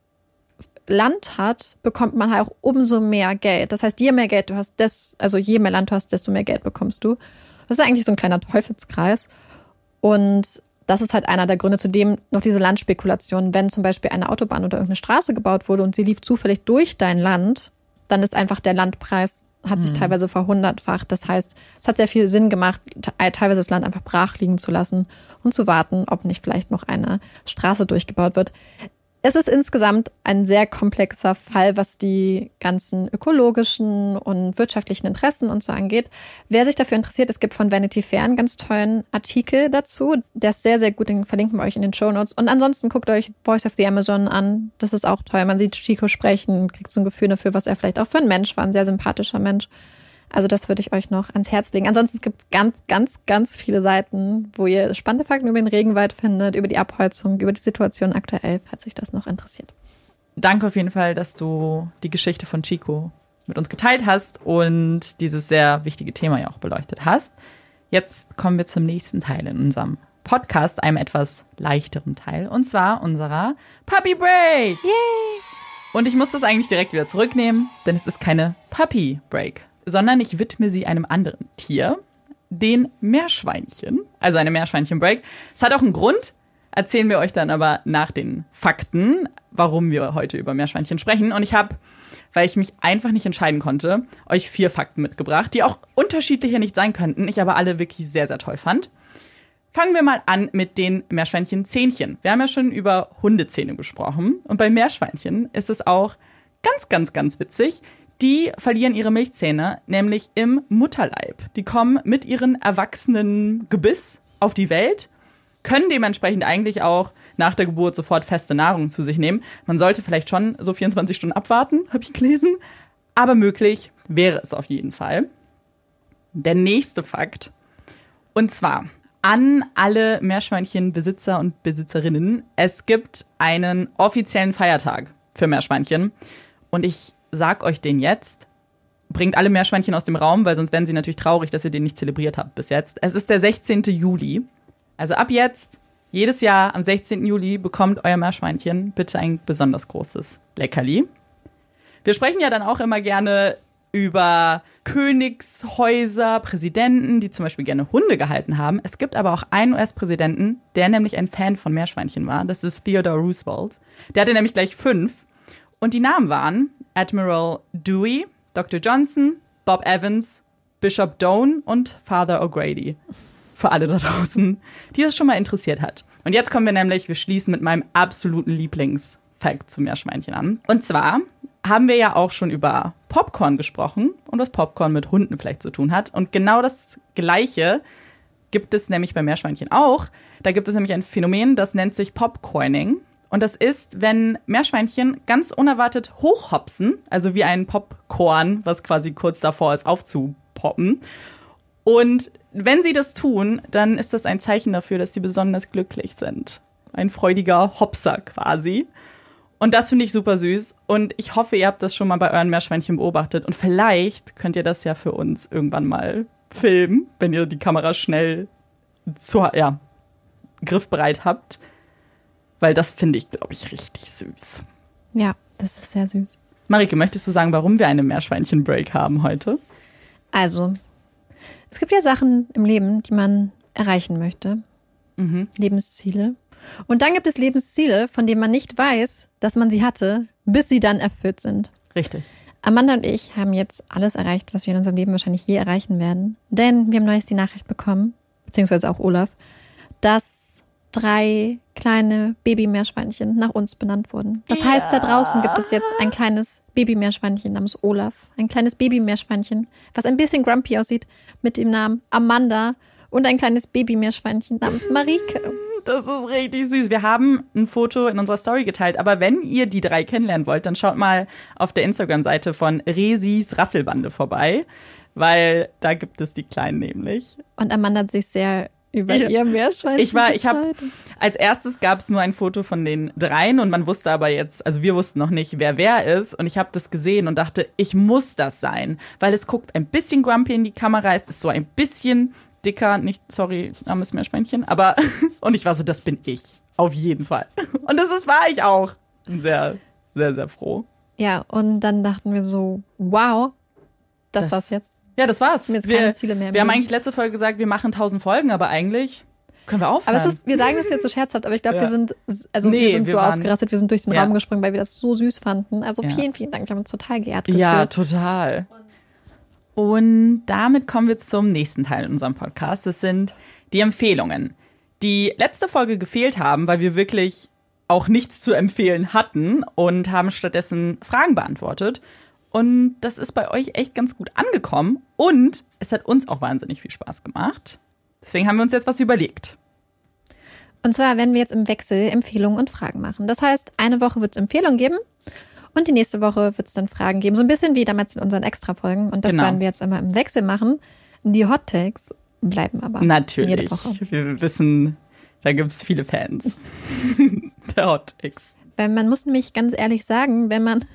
Land hat, bekommt man halt auch umso mehr Geld. Das heißt, je mehr Geld du hast, je mehr Land du hast, desto mehr Geld bekommst du. Das ist eigentlich so ein kleiner Teufelskreis. Und das ist halt einer der Gründe, zu dem noch diese Landspekulation, wenn zum Beispiel eine Autobahn oder irgendeine Straße gebaut wurde und sie lief zufällig durch dein Land, dann ist einfach der Landpreis, hat sich teilweise verhundertfacht. Das heißt, es hat sehr viel Sinn gemacht, teilweise das Land einfach brach liegen zu lassen und zu warten, ob nicht vielleicht noch eine Straße durchgebaut wird. Es ist insgesamt ein sehr komplexer Fall, was die ganzen ökologischen und wirtschaftlichen Interessen und so angeht. Wer sich dafür interessiert, es gibt von Vanity Fair einen ganz tollen Artikel dazu. Der ist sehr, sehr gut, den verlinken wir euch in den Shownotes. Und ansonsten guckt euch Voice of the Amazon an. Das ist auch toll. Man sieht Chico sprechen, kriegt so ein Gefühl dafür, was er vielleicht auch für ein Mensch war. Ein sehr sympathischer Mensch. Also das würde ich euch noch ans Herz legen. Ansonsten gibt es ganz, ganz, ganz viele Seiten, wo ihr spannende Fakten über den Regenwald findet, über die Abholzung, über die Situation aktuell, falls euch das noch interessiert. Danke auf jeden Fall, dass du die Geschichte von Chico mit uns geteilt hast und dieses sehr wichtige Thema ja auch beleuchtet hast. Jetzt kommen wir zum nächsten Teil in unserem Podcast, einem etwas leichteren Teil, und zwar unserer Puppy Break. Yay! Und ich muss das eigentlich direkt wieder zurücknehmen, denn es ist keine Puppy Break, sondern ich widme sie einem anderen Tier, den Meerschweinchen, also eine Meerschweinchen-Break. Es hat auch einen Grund, erzählen wir euch dann aber nach den Fakten, warum wir heute über Meerschweinchen sprechen. Und ich habe, weil ich mich einfach nicht entscheiden konnte, euch 4 Fakten mitgebracht, die auch unterschiedlicher nicht sein könnten, ich aber alle wirklich sehr, sehr toll fand. Fangen wir mal an mit den Meerschweinchen-Zähnchen. Wir haben ja schon über Hundezähne gesprochen und bei Meerschweinchen ist es auch ganz, ganz, ganz witzig. Die verlieren ihre Milchzähne, nämlich im Mutterleib. Die kommen mit ihren erwachsenen Gebiss auf die Welt, können dementsprechend eigentlich auch nach der Geburt sofort feste Nahrung zu sich nehmen. Man sollte vielleicht schon so 24 Stunden abwarten, habe ich gelesen. Aber möglich wäre es auf jeden Fall. Der nächste Fakt. Und zwar an alle Meerschweinchenbesitzer und Besitzerinnen. Es gibt einen offiziellen Feiertag für Meerschweinchen. Und ich sag euch den jetzt. Bringt alle Meerschweinchen aus dem Raum, weil sonst wären sie natürlich traurig, dass ihr den nicht zelebriert habt bis jetzt. Es ist der 16. Juli. Also ab jetzt, jedes Jahr am 16. Juli bekommt euer Meerschweinchen bitte ein besonders großes Leckerli. Wir sprechen ja dann auch immer gerne über Königshäuser, Präsidenten, die zum Beispiel gerne Hunde gehalten haben. Es gibt aber auch einen US-Präsidenten, der nämlich ein Fan von Meerschweinchen war. Das ist Theodore Roosevelt. Der hatte nämlich gleich 5. Und die Namen waren Admiral Dewey, Dr. Johnson, Bob Evans, Bishop Doane und Father O'Grady. Für alle da draußen, die das schon mal interessiert hat. Und jetzt kommen wir schließen mit meinem absoluten Lieblingsfact zu Meerschweinchen an. Und zwar haben wir ja auch schon über Popcorn gesprochen und was Popcorn mit Hunden vielleicht zu tun hat. Und genau das Gleiche gibt es nämlich bei Meerschweinchen auch. Da gibt es nämlich ein Phänomen, das nennt sich Popcorning. Und das ist, wenn Meerschweinchen ganz unerwartet hochhopsen, also wie ein Popcorn, was quasi kurz davor ist aufzupoppen. Und wenn sie das tun, dann ist das ein Zeichen dafür, dass sie besonders glücklich sind. Ein freudiger Hopser quasi. Und das finde ich super süß. Und ich hoffe, ihr habt das schon mal bei euren Meerschweinchen beobachtet. Und vielleicht könnt ihr das ja für uns irgendwann mal filmen, wenn ihr die Kamera schnell griffbereit habt. Weil das finde ich, glaube ich, richtig süß. Ja, das ist sehr süß. Marike, möchtest du sagen, warum wir einen Meerschweinchen-Break haben heute? Also, es gibt ja Sachen im Leben, die man erreichen möchte. Lebensziele. Und dann gibt es Lebensziele, von denen man nicht weiß, dass man sie hatte, bis sie dann erfüllt sind. Richtig. Amanda und ich haben jetzt alles erreicht, was wir in unserem Leben wahrscheinlich je erreichen werden. Denn wir haben neulich die Nachricht bekommen, beziehungsweise auch Olaf, dass 3 kleine Babymeerschweinchen nach uns benannt wurden. Das heißt, da draußen gibt es jetzt ein kleines Babymeerschweinchen namens Olaf. Ein kleines Babymeerschweinchen, was ein bisschen grumpy aussieht, mit dem Namen Amanda. Und ein kleines Babymeerschweinchen namens Marike. Das ist richtig süß. Wir haben ein Foto in unserer Story geteilt. Aber wenn ihr die 3 kennenlernen wollt, dann schaut mal auf der Instagram-Seite von Resis Rasselbande vorbei. Weil da gibt es die Kleinen nämlich. Und Amanda hat sich sehr über ihr Meerschweinchen als erstes gab es nur ein Foto von den 3 und man wusste aber jetzt, also wir wussten noch nicht, wer ist. Und ich habe das gesehen und dachte, ich muss das sein. Weil es guckt ein bisschen grumpy in die Kamera. Es ist so ein bisschen dicker, nicht, sorry, armes Meerschweinchen, aber, und ich war so, das bin ich, auf jeden Fall. Und war ich auch. Bin sehr, sehr, sehr froh. Ja, und dann dachten wir so, wow, das war's jetzt. Ja, das war's. Jetzt keine Ziele mehr. Wir haben eigentlich letzte Folge gesagt, wir machen 1000 Folgen, aber eigentlich können wir aufhören. Aber wir sagen das jetzt so scherzhaft, aber ich glaube, wir sind so ausgerastet, wir sind durch den Raum gesprungen, weil wir das so süß fanden. Also vielen, vielen Dank, wir haben uns total geehrt gefühlt. Ja, total. Und damit kommen wir zum nächsten Teil in unserem Podcast. Das sind die Empfehlungen, die letzte Folge gefehlt haben, weil wir wirklich auch nichts zu empfehlen hatten und haben stattdessen Fragen beantwortet. Und das ist bei euch echt ganz gut angekommen und es hat uns auch wahnsinnig viel Spaß gemacht. Deswegen haben wir uns jetzt was überlegt. Und zwar werden wir jetzt im Wechsel Empfehlungen und Fragen machen. Das heißt, eine Woche wird es Empfehlungen geben. Und die nächste Woche wird es dann Fragen geben. So ein bisschen wie damals in unseren Extra-Folgen. Und das werden wir jetzt immer im Wechsel machen. Die Hot Takes bleiben aber natürlich. Jede Woche. Wir wissen, da gibt es viele Fans der Hot Takes. Weil man muss nämlich ganz ehrlich sagen, wenn man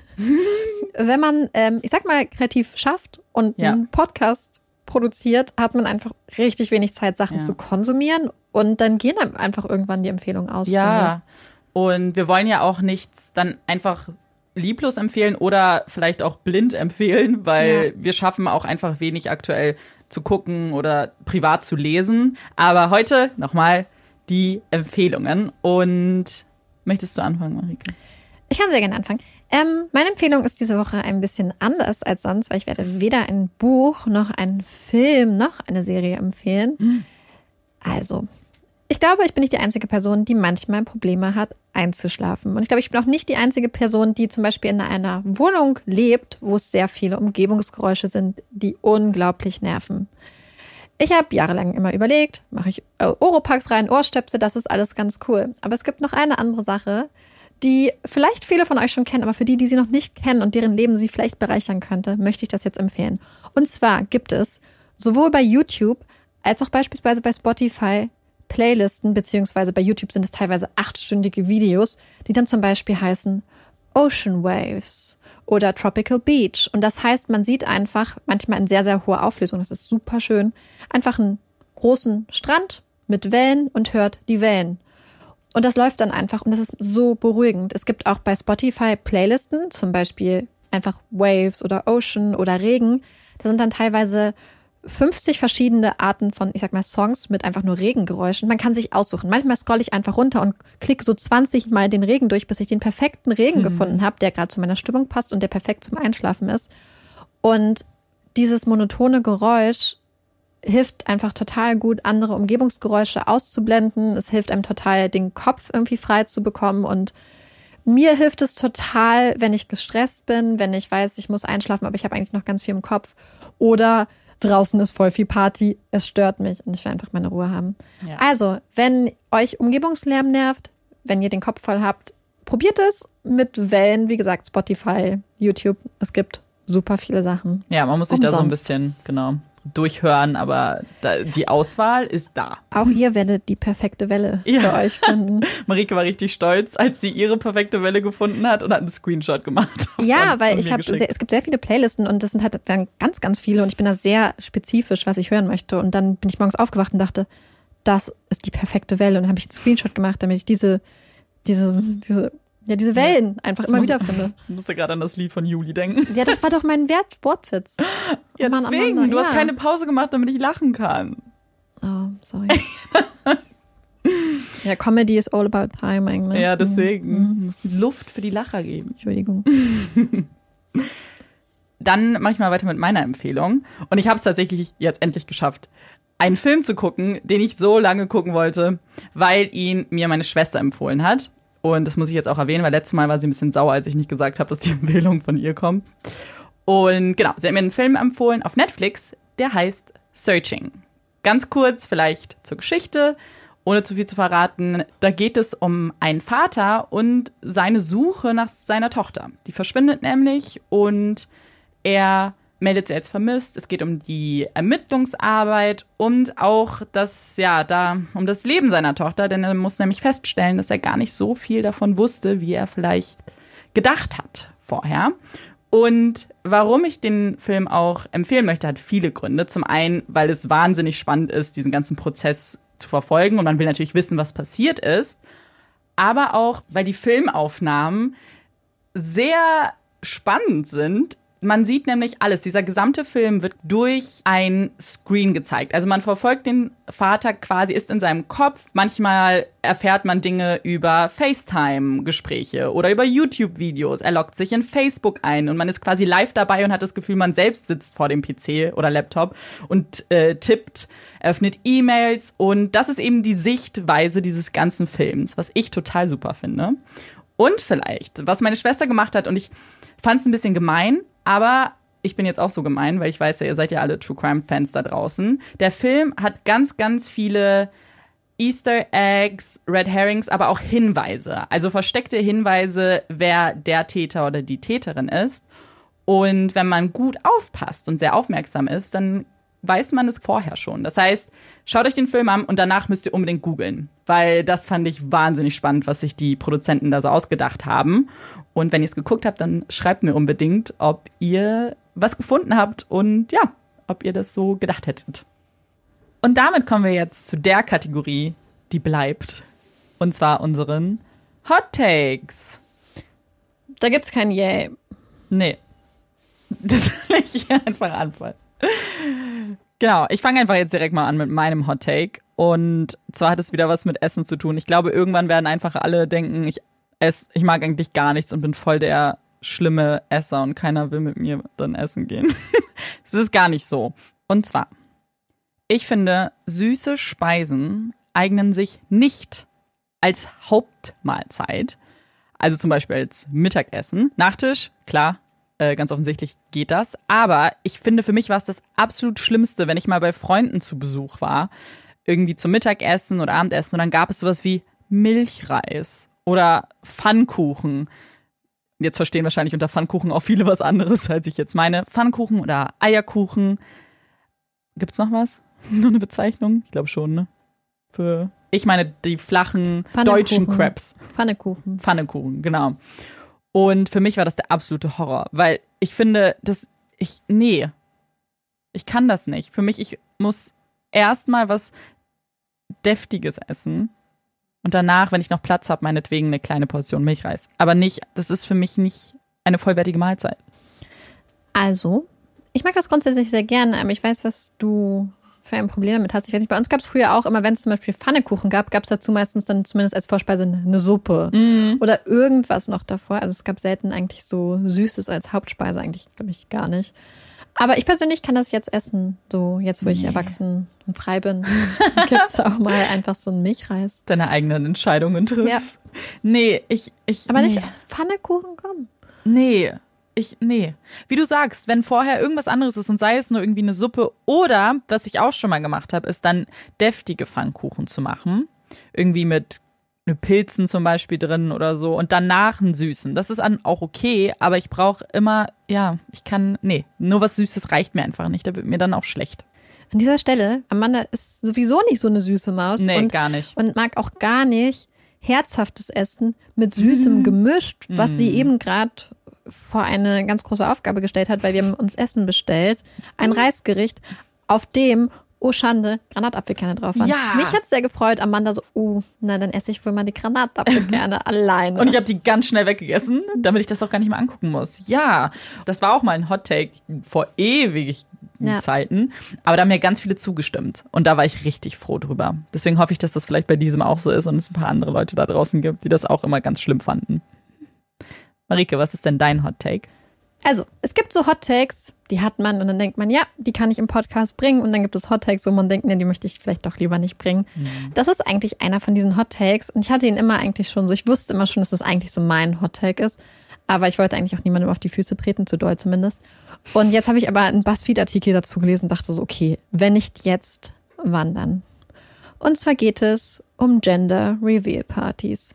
ich sag mal, kreativ schafft und einen Podcast produziert, hat man einfach richtig wenig Zeit, Sachen zu konsumieren. Und dann gehen einem einfach irgendwann die Empfehlungen aus. Ja, und wir wollen ja auch nichts dann einfach lieblos empfehlen oder vielleicht auch blind empfehlen, weil wir schaffen auch einfach wenig aktuell zu gucken oder privat zu lesen. Aber heute nochmal die Empfehlungen. Und möchtest du anfangen, Marike? Ich kann sehr gerne anfangen. Meine Empfehlung ist diese Woche ein bisschen anders als sonst, weil ich werde weder ein Buch noch einen Film noch eine Serie empfehlen. Also, ich glaube, ich bin nicht die einzige Person, die manchmal Probleme hat, einzuschlafen. Und ich glaube, ich bin auch nicht die einzige Person, die zum Beispiel in einer Wohnung lebt, wo es sehr viele Umgebungsgeräusche sind, die unglaublich nerven. Ich habe jahrelang immer überlegt, mache ich Oropax rein, Ohrstöpsel, das ist alles ganz cool. Aber es gibt noch eine andere Sache, die vielleicht viele von euch schon kennen, aber für die sie noch nicht kennen und deren Leben sie vielleicht bereichern könnte, möchte ich das jetzt empfehlen. Und zwar gibt es sowohl bei YouTube als auch beispielsweise bei Spotify Playlisten, beziehungsweise bei YouTube sind es teilweise 8-stündige Videos, die dann zum Beispiel heißen Ocean Waves oder Tropical Beach. Und das heißt, man sieht einfach, manchmal in sehr, sehr hoher Auflösung, das ist super schön, einfach einen großen Strand mit Wellen und hört die Wellen. Und das läuft dann einfach und das ist so beruhigend. Es gibt auch bei Spotify Playlisten, zum Beispiel einfach Waves oder Ocean oder Regen. Da sind dann teilweise 50 verschiedene Arten von, ich sag mal, Songs mit einfach nur Regengeräuschen. Man kann sich aussuchen. Manchmal scrolle ich einfach runter und klicke so 20 Mal den Regen durch, bis ich den perfekten Regen gefunden habe, der gerade zu meiner Stimmung passt und der perfekt zum Einschlafen ist. Und dieses monotone Geräusch hilft einfach total gut, andere Umgebungsgeräusche auszublenden. Es hilft einem total, den Kopf irgendwie frei zu bekommen. Und mir hilft es total, wenn ich gestresst bin, wenn ich weiß, ich muss einschlafen, aber ich habe eigentlich noch ganz viel im Kopf. Oder draußen ist voll viel Party, es stört mich und ich will einfach meine Ruhe haben. Ja. Also, wenn euch Umgebungslärm nervt, wenn ihr den Kopf voll habt, probiert es mit Wellen. Wie gesagt, Spotify, YouTube, es gibt super viele Sachen. Ja, man muss sich da so ein bisschen, durchhören, aber die Auswahl ist da. Auch ihr werdet die perfekte Welle für euch finden. Marike war richtig stolz, als sie ihre perfekte Welle gefunden hat und hat einen Screenshot gemacht. Ja, weil es gibt sehr viele Playlisten und das sind halt dann ganz, ganz viele und ich bin da sehr spezifisch, was ich hören möchte. Und dann bin ich morgens aufgewacht und dachte, das ist die perfekte Welle. Und dann habe ich einen Screenshot gemacht, damit ich diese Wellen einfach immer wieder finde. Ich musste gerade an das Lied von Juli denken. Ja, das war doch mein Wortwitz. Ja, Mann, deswegen. Amanda, du hast keine Pause gemacht, damit ich lachen kann. Oh, sorry. Ja, Comedy is all about timing. Ne? Ja, deswegen. Muss die Luft für die Lacher geben. Entschuldigung. Dann mache ich mal weiter mit meiner Empfehlung. Und ich habe es tatsächlich jetzt endlich geschafft, einen Film zu gucken, den ich so lange gucken wollte, weil ihn mir meine Schwester empfohlen hat. Und das muss ich jetzt auch erwähnen, weil letztes Mal war sie ein bisschen sauer, als ich nicht gesagt habe, dass die Empfehlung von ihr kommt. Und genau, sie hat mir einen Film empfohlen auf Netflix, der heißt Searching. Ganz kurz vielleicht zur Geschichte, ohne zu viel zu verraten. Da geht es um einen Vater und seine Suche nach seiner Tochter. Die verschwindet nämlich und er meldet sie als vermisst. Es geht um die Ermittlungsarbeit und auch um das Leben seiner Tochter, denn er muss nämlich feststellen, dass er gar nicht so viel davon wusste, wie er vielleicht gedacht hat vorher. Und warum ich den Film auch empfehlen möchte, hat viele Gründe. Zum einen, weil es wahnsinnig spannend ist, diesen ganzen Prozess zu verfolgen und man will natürlich wissen, was passiert ist, aber auch, weil die Filmaufnahmen sehr spannend sind. Man sieht nämlich alles. Dieser gesamte Film wird durch ein Screen gezeigt. Also man verfolgt den Vater quasi, ist in seinem Kopf. Manchmal erfährt man Dinge über FaceTime-Gespräche oder über YouTube-Videos. Er loggt sich in Facebook ein und man ist quasi live dabei und hat das Gefühl, man selbst sitzt vor dem PC oder Laptop und tippt, öffnet E-Mails. Und das ist eben die Sichtweise dieses ganzen Films, was ich total super finde. Und vielleicht, was meine Schwester gemacht hat, und ich fand es ein bisschen gemein, aber ich bin jetzt auch so gemein, weil ich weiß ja, ihr seid ja alle True Crime-Fans da draußen. Der Film hat ganz, ganz viele Easter Eggs, Red Herrings, aber auch Hinweise. Also versteckte Hinweise, wer der Täter oder die Täterin ist. Und wenn man gut aufpasst und sehr aufmerksam ist, dann weiß man es vorher schon. Das heißt, schaut euch den Film an und danach müsst ihr unbedingt googeln. Weil das fand ich wahnsinnig spannend, was sich die Produzenten da so ausgedacht haben. Und wenn ihr es geguckt habt, dann schreibt mir unbedingt, ob ihr was gefunden habt und ja, ob ihr das so gedacht hättet. Und damit kommen wir jetzt zu der Kategorie, die bleibt. Und zwar unseren Hot Takes. Da gibt's kein Yay. Nee. Das will ich hier einfach anfangen. Genau, ich fange einfach jetzt direkt mal an mit meinem Hot Take. Und zwar hat es wieder was mit Essen zu tun. Ich glaube, irgendwann werden einfach alle denken, ich mag eigentlich gar nichts und bin voll der schlimme Esser und keiner will mit mir dann essen gehen. Es ist gar nicht so. Und zwar, ich finde, süße Speisen eignen sich nicht als Hauptmahlzeit, also zum Beispiel als Mittagessen. Nachtisch, klar, ganz offensichtlich geht das. Aber ich finde, für mich war es das absolut Schlimmste, wenn ich mal bei Freunden zu Besuch war, irgendwie zum Mittagessen oder Abendessen und dann gab es sowas wie Milchreis oder Pfannkuchen. Jetzt verstehen wahrscheinlich unter Pfannkuchen auch viele was anderes, als ich jetzt meine. Pfannkuchen oder Eierkuchen. Gibt's noch was? Nur eine Bezeichnung? Ich glaube schon, ne? Ich meine die flachen deutschen Crepes. Pfannekuchen, genau. Und für mich war das der absolute Horror, weil ich finde, ich kann das nicht. Für mich, ich muss erstmal was Deftiges essen. Und danach, wenn ich noch Platz habe, meinetwegen eine kleine Portion Milchreis. Aber das ist für mich nicht eine vollwertige Mahlzeit. Also, ich mag das grundsätzlich sehr gerne, aber ich weiß, was du für ein Problem damit hast. Ich weiß nicht, bei uns gab es früher auch immer, wenn es zum Beispiel Pfannekuchen gab, gab es dazu meistens dann zumindest als Vorspeise eine Suppe oder irgendwas noch davor. Also es gab selten eigentlich so Süßes als Hauptspeise, eigentlich glaube ich gar nicht. Aber ich persönlich kann das jetzt essen, so jetzt, wo ich erwachsen und frei bin, gibt es auch mal einfach so einen Milchreis. Deine eigenen Entscheidungen triffst. Ja. Nee, aber nicht als Pfannekuchen kommen. Nee. Wie du sagst, wenn vorher irgendwas anderes ist und sei es nur irgendwie eine Suppe oder, was ich auch schon mal gemacht habe, ist dann deftige Pfannkuchen zu machen. Irgendwie mit Pilzen zum Beispiel drin oder so und danach einen Süßen. Das ist dann auch okay, aber ich brauche immer, nur was Süßes reicht mir einfach nicht. Da wird mir dann auch schlecht. An dieser Stelle, Amanda ist sowieso nicht so eine süße Maus. Nee, gar nicht. Und mag auch gar nicht herzhaftes Essen mit Süßem gemischt, was sie eben gerade vor eine ganz große Aufgabe gestellt hat, weil wir haben uns Essen bestellt. Ein Reisgericht, auf dem, oh Schande, Granatapfelkerne drauf waren. Ja. Mich hat es sehr gefreut. Amanda so, na dann esse ich wohl mal die Granatapfelkerne alleine. Und ich habe die ganz schnell weggegessen, damit ich das auch gar nicht mehr angucken muss. Ja, das war auch mal ein Hot-Take vor ewigen Zeiten. Aber da haben mir ganz viele zugestimmt. Und da war ich richtig froh drüber. Deswegen hoffe ich, dass das vielleicht bei diesem auch so ist und es ein paar andere Leute da draußen gibt, die das auch immer ganz schlimm fanden. Marike, was ist denn dein Hot-Take? Also, es gibt so Hot-Takes, die hat man und dann denkt man, ja, die kann ich im Podcast bringen. Und dann gibt es Hot-Takes, wo man denkt, nee, die möchte ich vielleicht doch lieber nicht bringen. Das ist eigentlich einer von diesen Hot-Takes. Und ich hatte ihn immer eigentlich schon so, ich wusste immer schon, dass das eigentlich so mein Hot-Take ist. Aber ich wollte eigentlich auch niemandem auf die Füße treten, zu doll zumindest. Und jetzt habe ich aber einen BuzzFeed-Artikel dazu gelesen und dachte so, okay, wenn nicht jetzt, wann dann? Und zwar geht es um Gender-Reveal-Partys.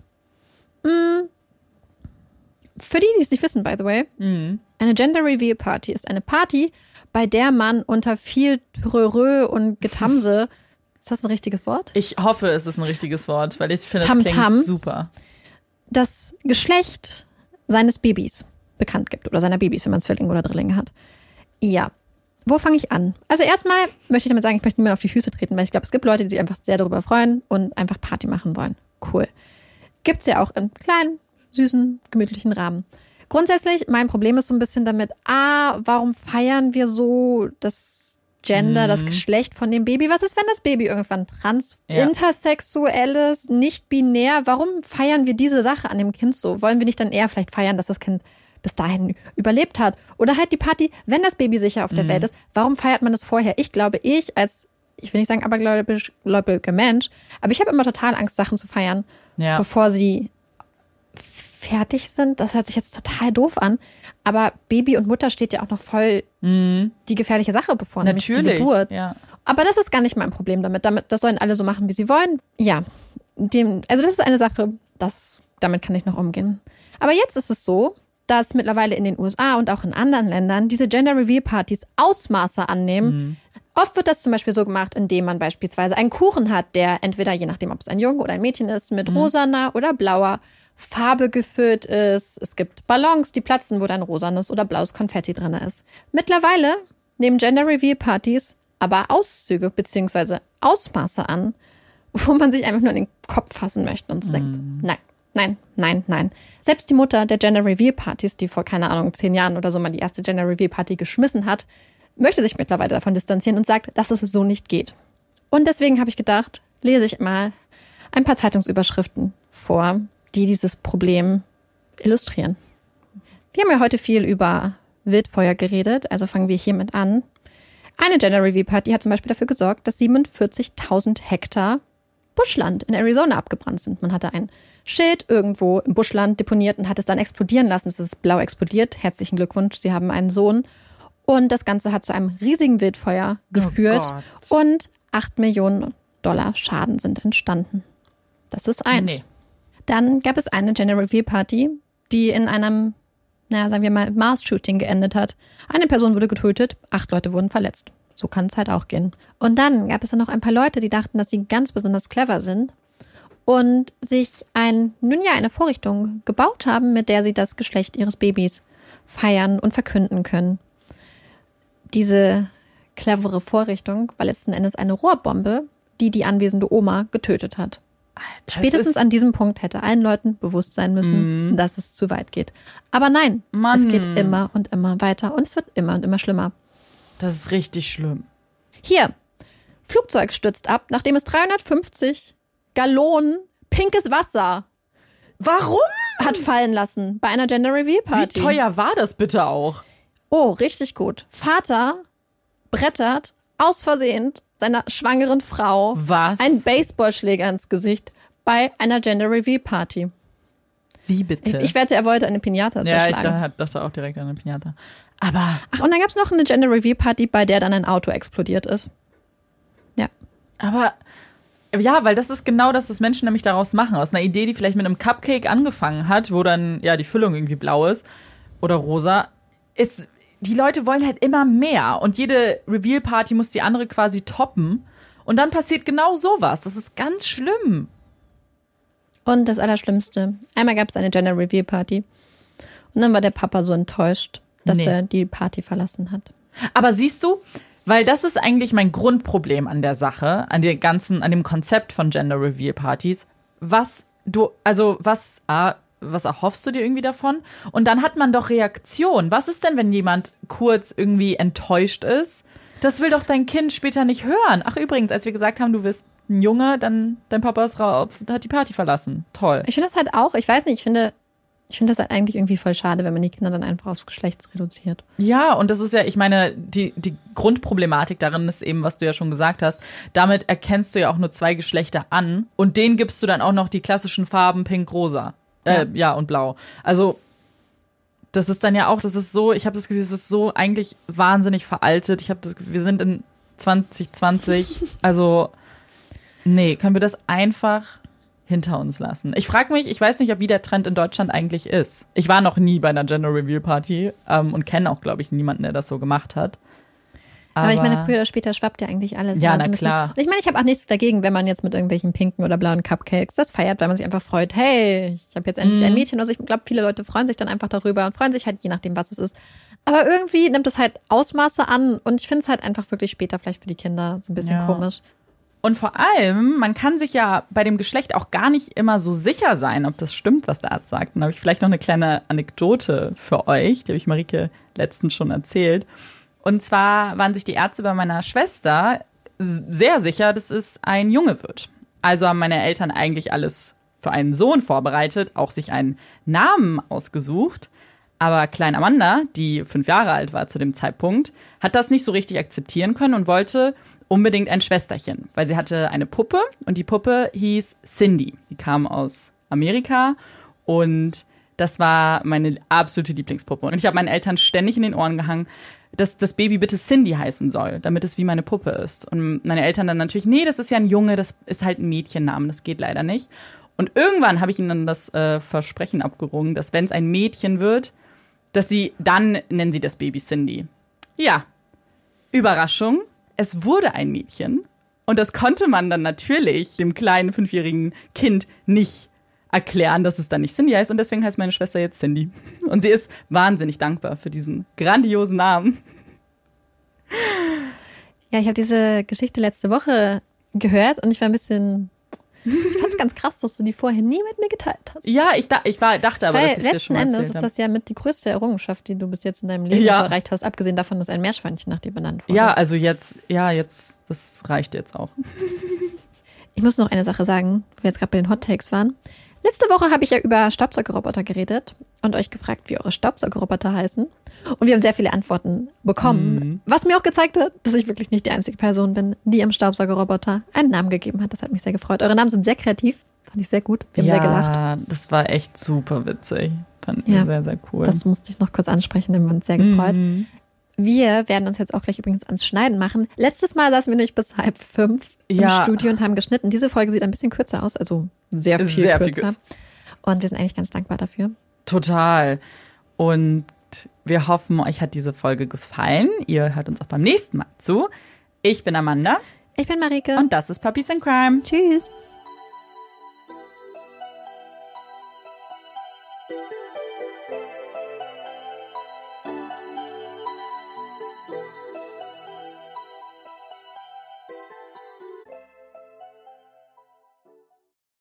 Für die es nicht wissen, by the way, eine Gender-Reveal-Party ist eine Party, bei der man unter viel Trörö und Getamse, ist das ein richtiges Wort? Ich hoffe, es ist ein richtiges Wort, weil ich finde, das Tamtam. klingt super. Das Geschlecht seines Babys bekannt gibt oder seiner Babys, wenn man Zwillinge oder Drillinge hat. Ja, wo fange ich an? Also erstmal möchte ich damit sagen, ich möchte niemand auf die Füße treten, weil ich glaube, es gibt Leute, die sich einfach sehr darüber freuen und einfach Party machen wollen. Cool. Gibt's ja auch in kleinen, süßen, gemütlichen Rahmen. Grundsätzlich, mein Problem ist so ein bisschen damit, warum feiern wir so das Gender, das Geschlecht von dem Baby? Was ist, wenn das Baby irgendwann intersexuell ist, nicht binär? Warum feiern wir diese Sache an dem Kind so? Wollen wir nicht dann eher vielleicht feiern, dass das Kind bis dahin überlebt hat? Oder halt die Party, wenn das Baby sicher auf der Welt ist, warum feiert man das vorher? Ich glaube, ich will nicht sagen abergläubiger Mensch, aber ich habe immer total Angst, Sachen zu feiern, bevor sie fertig sind. Das hört sich jetzt total doof an, aber Baby und Mutter steht ja auch noch voll die gefährliche Sache bevor, nämlich die Geburt. Ja. Aber das ist gar nicht mein Problem damit. Das sollen alle so machen, wie sie wollen. Ja, also das ist eine Sache, damit kann ich noch umgehen. Aber jetzt ist es so, dass mittlerweile in den USA und auch in anderen Ländern diese Gender-Reveal-Partys Ausmaße annehmen. Oft wird das zum Beispiel so gemacht, indem man beispielsweise einen Kuchen hat, der entweder, je nachdem, ob es ein Junge oder ein Mädchen ist, mit rosaner oder blauer Farbe gefüllt ist. Es gibt Ballons, die platzen, wo dann rosanes oder blaues Konfetti drin ist. Mittlerweile nehmen Gender-Reveal-Partys aber Auszüge bzw. Ausmaße an, wo man sich einfach nur in den Kopf fassen möchte und denkt, nein. Selbst die Mutter der Gender-Reveal-Partys, die vor, keine Ahnung, 10 Jahren oder so mal die erste Gender-Reveal-Party geschmissen hat, möchte sich mittlerweile davon distanzieren und sagt, dass es so nicht geht. Und deswegen habe ich gedacht, lese ich mal ein paar Zeitungsüberschriften vor, die dieses Problem illustrieren. Wir haben ja heute viel über Wildfeuer geredet, also fangen wir hiermit an. Eine Gender-Reveal-Party hat zum Beispiel dafür gesorgt, dass 47.000 Hektar Buschland in Arizona abgebrannt sind. Man hatte ein Schild irgendwo im Buschland deponiert und hat es dann explodieren lassen. Es ist blau explodiert. Herzlichen Glückwunsch, Sie haben einen Sohn. Und das Ganze hat zu einem riesigen Wildfeuer geführt. Und 8 Millionen $ Schaden sind entstanden. Das ist eins. Nee. Dann gab es eine Gender-Reveal-Party, die in einem, sagen wir mal, Mars-Shooting geendet hat. Eine Person wurde getötet, 8 Leute wurden verletzt. So kann es halt auch gehen. Und dann gab es dann noch ein paar Leute, die dachten, dass sie ganz besonders clever sind und sich eine Vorrichtung gebaut haben, mit der sie das Geschlecht ihres Babys feiern und verkünden können. Diese clevere Vorrichtung war letzten Endes eine Rohrbombe, die anwesende Oma getötet hat. Spätestens an diesem Punkt hätte allen Leuten bewusst sein müssen, dass es zu weit geht. Aber nein, es geht immer und immer weiter und es wird immer und immer schlimmer. Das ist richtig schlimm. Hier, Flugzeug stürzt ab, nachdem es 350 Gallonen pinkes Wasser hat fallen lassen bei einer Gender-Reveal-Party. Wie teuer war das bitte auch? Oh, richtig gut. Vater brettert aus Versehen seiner schwangeren Frau einen Baseballschläger ins Gesicht bei einer Gender-Reveal-Party. Wie bitte? Ich wette, er wollte eine Piñata zerschlagen. Ja, ich dachte auch direkt an eine Piñata. Aber... und dann gab es noch eine Gender-Reveal-Party, bei der dann ein Auto explodiert ist. Ja. Aber... Ja, weil das ist genau das, was Menschen nämlich daraus machen. Aus einer Idee, die vielleicht mit einem Cupcake angefangen hat, wo dann die Füllung irgendwie blau ist oder rosa, ist die Leute wollen halt immer mehr und jede Reveal-Party muss die andere quasi toppen und dann passiert genau sowas. Das ist ganz schlimm. Und das Allerschlimmste. Einmal gab es eine Gender Reveal Party und dann war der Papa so enttäuscht, dass er die Party verlassen hat. Aber siehst du, weil das ist eigentlich mein Grundproblem an der Sache, an dem Konzept von Gender Reveal Partys. Was erhoffst du dir irgendwie davon? Und dann hat man doch Reaktion. Was ist denn, wenn jemand kurz irgendwie enttäuscht ist? Das will doch dein Kind später nicht hören. Ach übrigens, als wir gesagt haben, du wirst ein Junge, dann dein Papa ist raus, hat die Party verlassen. Toll. Ich finde das halt auch, ich weiß nicht, ich finde das halt eigentlich irgendwie voll schade, wenn man die Kinder dann einfach aufs Geschlecht reduziert. Ja, und das ist ja, ich meine, die Grundproblematik darin ist eben, was du ja schon gesagt hast, damit erkennst du ja auch nur 2 Geschlechter an und denen gibst du dann auch noch die klassischen Farben pink, rosa. Und blau. Also das ist dann ja auch, das ist so, ich habe das Gefühl, es ist so eigentlich wahnsinnig veraltet. Ich habe das Gefühl, wir sind in 2020, also nee, können wir das einfach hinter uns lassen. Ich frage mich, ich weiß nicht, wie der Trend in Deutschland eigentlich ist. Ich war noch nie bei einer Gender Reveal Party und kenne auch, glaube ich, niemanden, der das so gemacht hat. Aber ich meine, früher oder später schwappt ja eigentlich alles. Ja, na klar. Und ich meine, ich habe auch nichts dagegen, wenn man jetzt mit irgendwelchen pinken oder blauen Cupcakes das feiert, weil man sich einfach freut, hey, ich habe jetzt endlich ein Mädchen. Also ich glaube, viele Leute freuen sich dann einfach darüber und freuen sich halt je nachdem, was es ist. Aber irgendwie nimmt es halt Ausmaße an und ich finde es halt einfach wirklich später vielleicht für die Kinder so ein bisschen komisch. Und vor allem, man kann sich ja bei dem Geschlecht auch gar nicht immer so sicher sein, ob das stimmt, was der Arzt sagt. Dann habe ich vielleicht noch eine kleine Anekdote für euch, die habe ich Marike letztens schon erzählt. Und zwar waren sich die Ärzte bei meiner Schwester sehr sicher, dass es ein Junge wird. Also haben meine Eltern eigentlich alles für einen Sohn vorbereitet, auch sich einen Namen ausgesucht. Aber Klein Amanda, die 5 Jahre alt war zu dem Zeitpunkt, hat das nicht so richtig akzeptieren können und wollte unbedingt ein Schwesterchen, weil sie hatte eine Puppe und die Puppe hieß Cindy. Die kam aus Amerika und das war meine absolute Lieblingspuppe. Und ich habe meinen Eltern ständig in den Ohren gehangen, dass das Baby bitte Cindy heißen soll, damit es wie meine Puppe ist. Und meine Eltern dann natürlich, nee, das ist ja ein Junge, das ist halt ein Mädchennamen, das geht leider nicht. Und irgendwann habe ich ihnen dann das Versprechen abgerungen, dass wenn es ein Mädchen wird, dann nennen sie das Baby Cindy. Ja, Überraschung, es wurde ein Mädchen. Und das konnte man dann natürlich dem kleinen 5-jährigen Kind nicht erklären, dass es dann nicht Cindy heißt. Und deswegen heißt meine Schwester jetzt Cindy. Und sie ist wahnsinnig dankbar für diesen grandiosen Namen. Ja, ich habe diese Geschichte letzte Woche gehört und ich war ein bisschen... Ich fand's ganz krass, dass du die vorher nie mit mir geteilt hast. Ja, ich dachte aber, dass ich es dir schon mal erzählt habe. Letzten Endes ist das ja mit die größte Errungenschaft, die du bis jetzt in deinem Leben erreicht hast, abgesehen davon, dass ein Meerschweinchen nach dir benannt wurde. Ja, also jetzt, das reicht jetzt auch. Ich muss noch eine Sache sagen, wo wir jetzt gerade bei den Hot Takes waren. Letzte Woche habe ich ja über Staubsaugerroboter geredet und euch gefragt, wie eure Staubsaugerroboter heißen. Und wir haben sehr viele Antworten bekommen, was mir auch gezeigt hat, dass ich wirklich nicht die einzige Person bin, die am Staubsaugerroboter einen Namen gegeben hat. Das hat mich sehr gefreut. Eure Namen sind sehr kreativ, fand ich sehr gut. Wir haben sehr gelacht. Ja, das war echt super witzig. Fand ich sehr, sehr cool. Das musste ich noch kurz ansprechen, haben wir uns sehr gefreut. Wir werden uns jetzt auch gleich übrigens ans Schneiden machen. Letztes Mal saßen wir nämlich bis 4:30 im Studio und haben geschnitten. Diese Folge sieht ein bisschen kürzer aus, also sehr viel kürzer. Und wir sind eigentlich ganz dankbar dafür. Total. Und wir hoffen, euch hat diese Folge gefallen. Ihr hört uns auch beim nächsten Mal zu. Ich bin Amanda. Ich bin Marike. Und das ist Puppies in Crime. Tschüss.